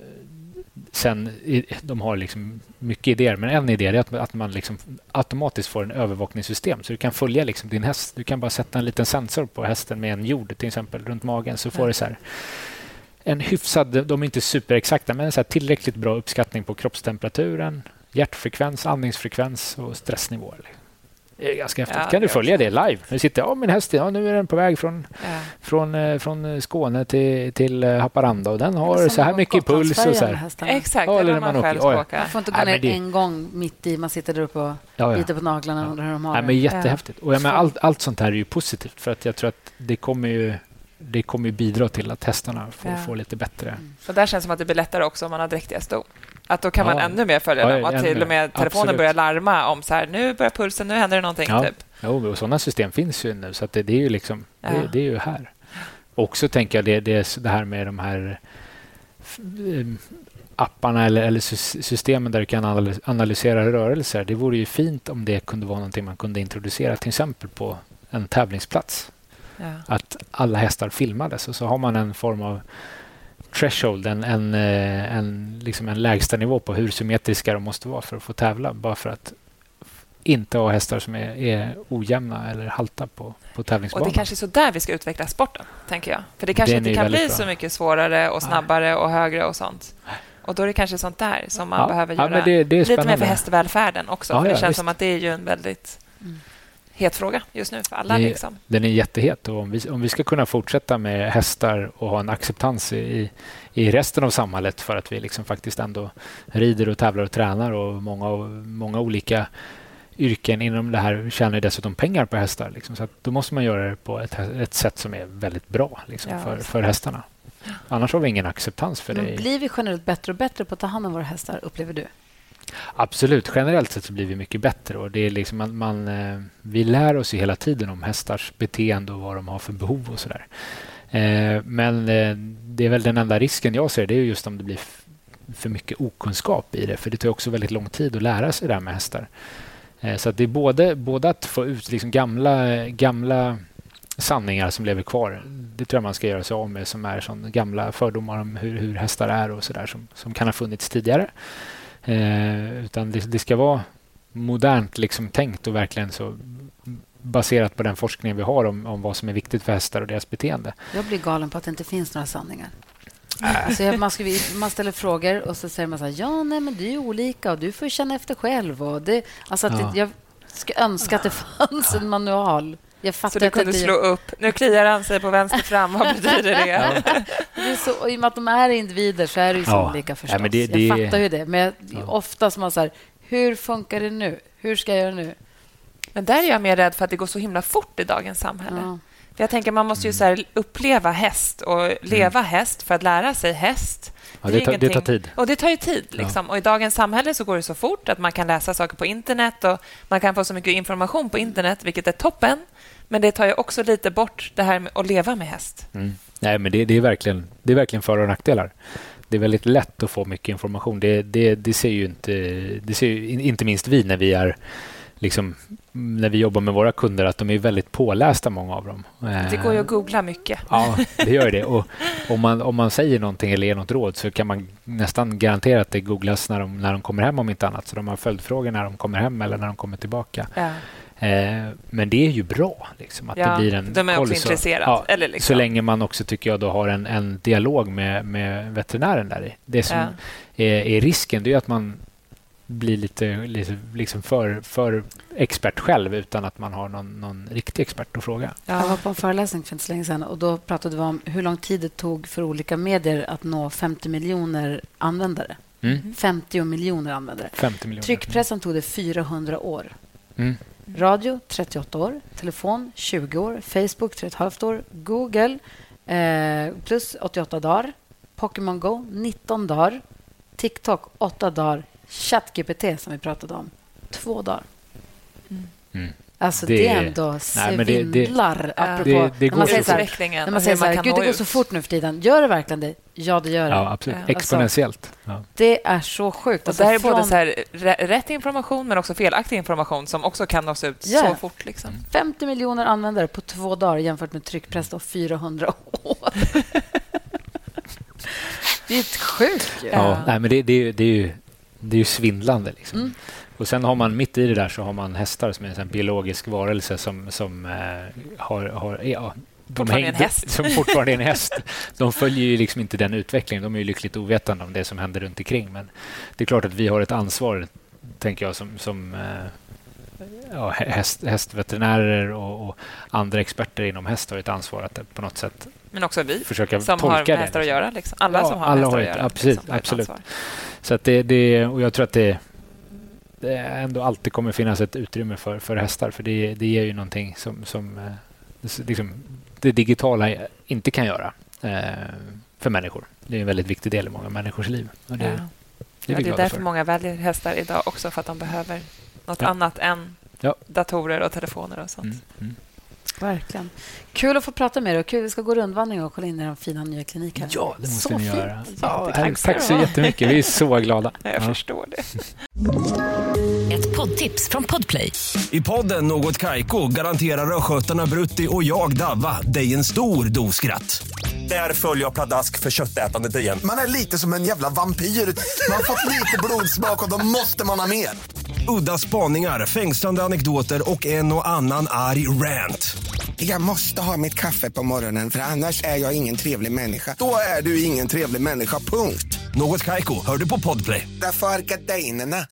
sen, de har liksom mycket idéer, men en idé är att, att man liksom automatiskt får en övervakningssystem, så du kan följa liksom din häst. Du kan bara sätta en liten sensor på hästen med en jord till exempel runt magen, så får ja. du så här en hyfsad, de är inte superexakta, men en så här tillräckligt bra uppskattning på kroppstemperaturen, hjärtfrekvens, andningsfrekvens och stressnivåer. Det är ganska häftigt. Ja, kan du följa det live? Nu sitter jag, min häst, ja, nu är den på väg från, ja. från, eh, från Skåne till, till Haparanda, och den har så här mycket puls. Och så här. Exakt, ja, eller när man, man själv ska åka. Man får inte gå ner det... en gång mitt i, man sitter där uppe och ja, ja. biter på naglarna ja. under hur de har ja, men jättehäftigt. Och jag menar, allt, allt sånt här är ju positivt, för att jag tror att det kommer ju det kommer ju bidra till att hästarna får, ja. får lite bättre. Mm. Så där känns det som att det blir lättare också om man har dräktiga sto. Att då kan ja. man ännu mer följa ja, dem. Att till och med telefonen Absolut. börjar larma om så här, nu börjar pulsen, nu händer det någonting. Ja. Typ. Jo, och sådana system finns ju nu, så att det, det är ju liksom ja. det, det är ju här. Också tänker jag det, det, det här med de här apparna eller, eller systemen där du kan analysera rörelser. Det vore ju fint om det kunde vara någonting man kunde introducera till exempel på en tävlingsplats. Ja. Att alla hästar filmades, och så har man en form av threshold, en, en, en, liksom en lägsta nivå på hur symmetriska de måste vara för att få tävla, bara för att inte ha hästar som är, är ojämna eller halta på, på tävlingsbanan. Och det är kanske är så där vi ska utveckla sporten, tänker jag. För det kanske inte kan bli bra. så mycket svårare och snabbare och högre och sånt. Och då är det kanske sånt där som man ja. behöver ja, göra det, det lite mer för hästvälfärden också. Ja, för det ja, känns visst. som att det är ju en väldigt... Mm. het fråga just nu för alla. Det, liksom. Den är jättehet, och om vi, om vi ska kunna fortsätta med hästar och ha en acceptans i, i resten av samhället, för att vi liksom faktiskt ändå rider och tävlar och tränar, och många, många olika yrken inom det här tjänar dessutom pengar på hästar. Liksom. Så att då måste man göra det på ett, ett sätt som är väldigt bra liksom, ja, för, för hästarna. Annars har vi ingen acceptans för Men det. Blir vi generellt bättre och bättre på att ta hand om våra hästar, upplever du? Absolut, generellt sett så blir vi mycket bättre, och det är liksom man, man, vi lär oss ju hela tiden om hästars beteende och vad de har för behov och sådär. Eh, men eh, det är väl den enda risken jag ser, det är just om det blir f- för mycket okunskap i det, för det tar också väldigt lång tid att lära sig det här med hästar. Eh, så att det är både, både att få ut liksom gamla, gamla sanningar som lever kvar, det tror jag man ska göra sig av med, som är sån gamla fördomar om hur, hur hästar är och sådär, som, som kan ha funnits tidigare. Eh, utan det, det ska vara modernt liksom tänkt och verkligen så baserat på den forskning vi har om, om vad som är viktigt för hästar och deras beteende. Jag blir galen på att det inte finns några sanningar. Alltså jag, man, ska, man ställer frågor och så säger man så här, ja, nej, men det är olika och du får känna efter själv. Och det, alltså att Ja. det, jag ska önska att det fanns en manual. Jag Så du kunde det, slå upp. Nu kliar han sig på vänster fram. Vad betyder det? Ja. Det är så, i och med att de är individer så är det ju så Ja. olika förstås. Ja, men det, det... Jag fattar ju det. Men jag, Ja. ofta som man så här, hur funkar det nu? Hur ska jag göra nu? Men där är jag mer rädd för att det går så himla fort i dagens samhälle. Ja. För jag tänker man måste ju så här uppleva häst och leva Mm. häst för att lära sig häst. Ja, är det, ju tar, det tar ingenting- tid. Och det tar ju tid. Liksom. Och i dagens samhälle så går det så fort att man kan läsa saker på internet och man kan få så mycket information på internet, vilket är toppen. Men det tar ju också lite bort det här med att leva med häst. Mm. Nej, men det, det, är verkligen, det är verkligen för- och nackdelar. Det är väldigt lätt att få mycket information. Det, det, det ser ju inte, det ser ju in- inte minst vi när vi är liksom, när vi jobbar med våra kunder, att de är väldigt pålästa, många av dem. Det går ju att googla mycket. Ja, det gör det. Och om man, om man säger någonting eller ger något råd så kan man nästan garantera att det googlas när de, när de kommer hem, om inte annat. Så de har följdfrågor när de kommer hem eller när de kommer tillbaka. Ja. Eh, men det är ju bra liksom, att Ja, det blir en de är också koll så- intresserade, Ja, eller liksom. Så länge man också, tycker jag, då har en, en dialog med, med veterinären där i. Det som Ja. är, är risken, det är att man blir lite, lite liksom för, för expert själv utan att man har någon, någon riktig expert att fråga. Jag var på en föreläsning för inte så länge sedan och då pratade vi om hur lång tid det tog för olika medier att nå femtio miljoner användare. Mm. femtio miljoner användare. femtio miljoner. Tryckpressen tog det fyrahundra år. Mm. Radio trettioåtta år, telefon tjugo år, Facebook tre och ett halvt år, Google eh, plus åttioåtta dagar, Pokémon Go nitton dagar, TikTok åtta dagar, ChatGPT som vi pratade om två dagar. Mm. Alltså Det- det, är ändå Nej, men det- det- svindlar. apropå, det- det när går man så säger så här, utvecklingen när och man säger hur så här, man kan gud det nå går ut." så fort nu för tiden. Gör det verkligen det? Ja, det gör det. Ja, absolut. Ja. Exponentiellt. Ja. Det är så sjukt. Och Alltså, där är från både så här, rä- rätt information men också felaktig information som också kan nås ut Ja. så fort. Liksom. femtio miljoner användare på två dagar jämfört med tryckpress och fyrahundra år. Det är ett sjukt ju. Ja, Ja. nej, men det, det, det, är ju, det är ju svindlande. Liksom. Mm. Och sen har man mitt i det där så har man hästar som är en sån biologisk varelse som, som eh, har... har ja, de Fortfarande en häst. Som fortfarande är en häst. De följer ju liksom inte den utvecklingen. De är ju lyckligt ovetande om det som händer runt omkring. Men det är klart att vi har ett ansvar, tänker jag, som, som eh, ja, häst, hästveterinärer och, och andra experter inom häst har ett ansvar att på något sätt Men också vi försöka som tolka har det. med hästar att göra. Liksom. Alla Ja, som har alla hästar har att ett- göra. absolut, liksom, har ett absolut. ansvar. Så att det, det, och jag tror att det, det ändå alltid kommer finnas ett utrymme för, för hästar. För det, det ger ju någonting som, som eh, det, liksom, det digitala inte kan göra eh, för människor. Det är en väldigt viktig del i många människors liv. Och det, Ja. det är Ja, vi det är glada därför för. många väljer hästar idag också, för att de behöver något Ja. annat än Ja. datorer och telefoner och sånt. Mm, mm. Verkligen. Kul att få prata med er. Och kul, vi ska gå rundvandring och kolla in i den fina nya kliniken. Ja, det måste så ni fint. göra. Ja, Tack, tack ska tack du så ha. jättemycket. Vi är så glada. Jag Ja. förstår det. Ett poddtips från Podplay. I podden Något Kaiko garanterar östgötarna Brutti och jag Davva dig en stor dos skratt. Där följer jag pladask för köttätandet igen. Man är lite som en jävla vampyr. Man har fått lite blodsmak och då måste man ha mer. Udda spaningar, fängslande anekdoter och en och annan arg rant. Jag måste ha mitt kaffe på morgonen för annars är jag ingen trevlig människa. Då är du ingen trevlig människa, punkt. Något Kaiko, hör du på Podplay. Därför är gardinerna.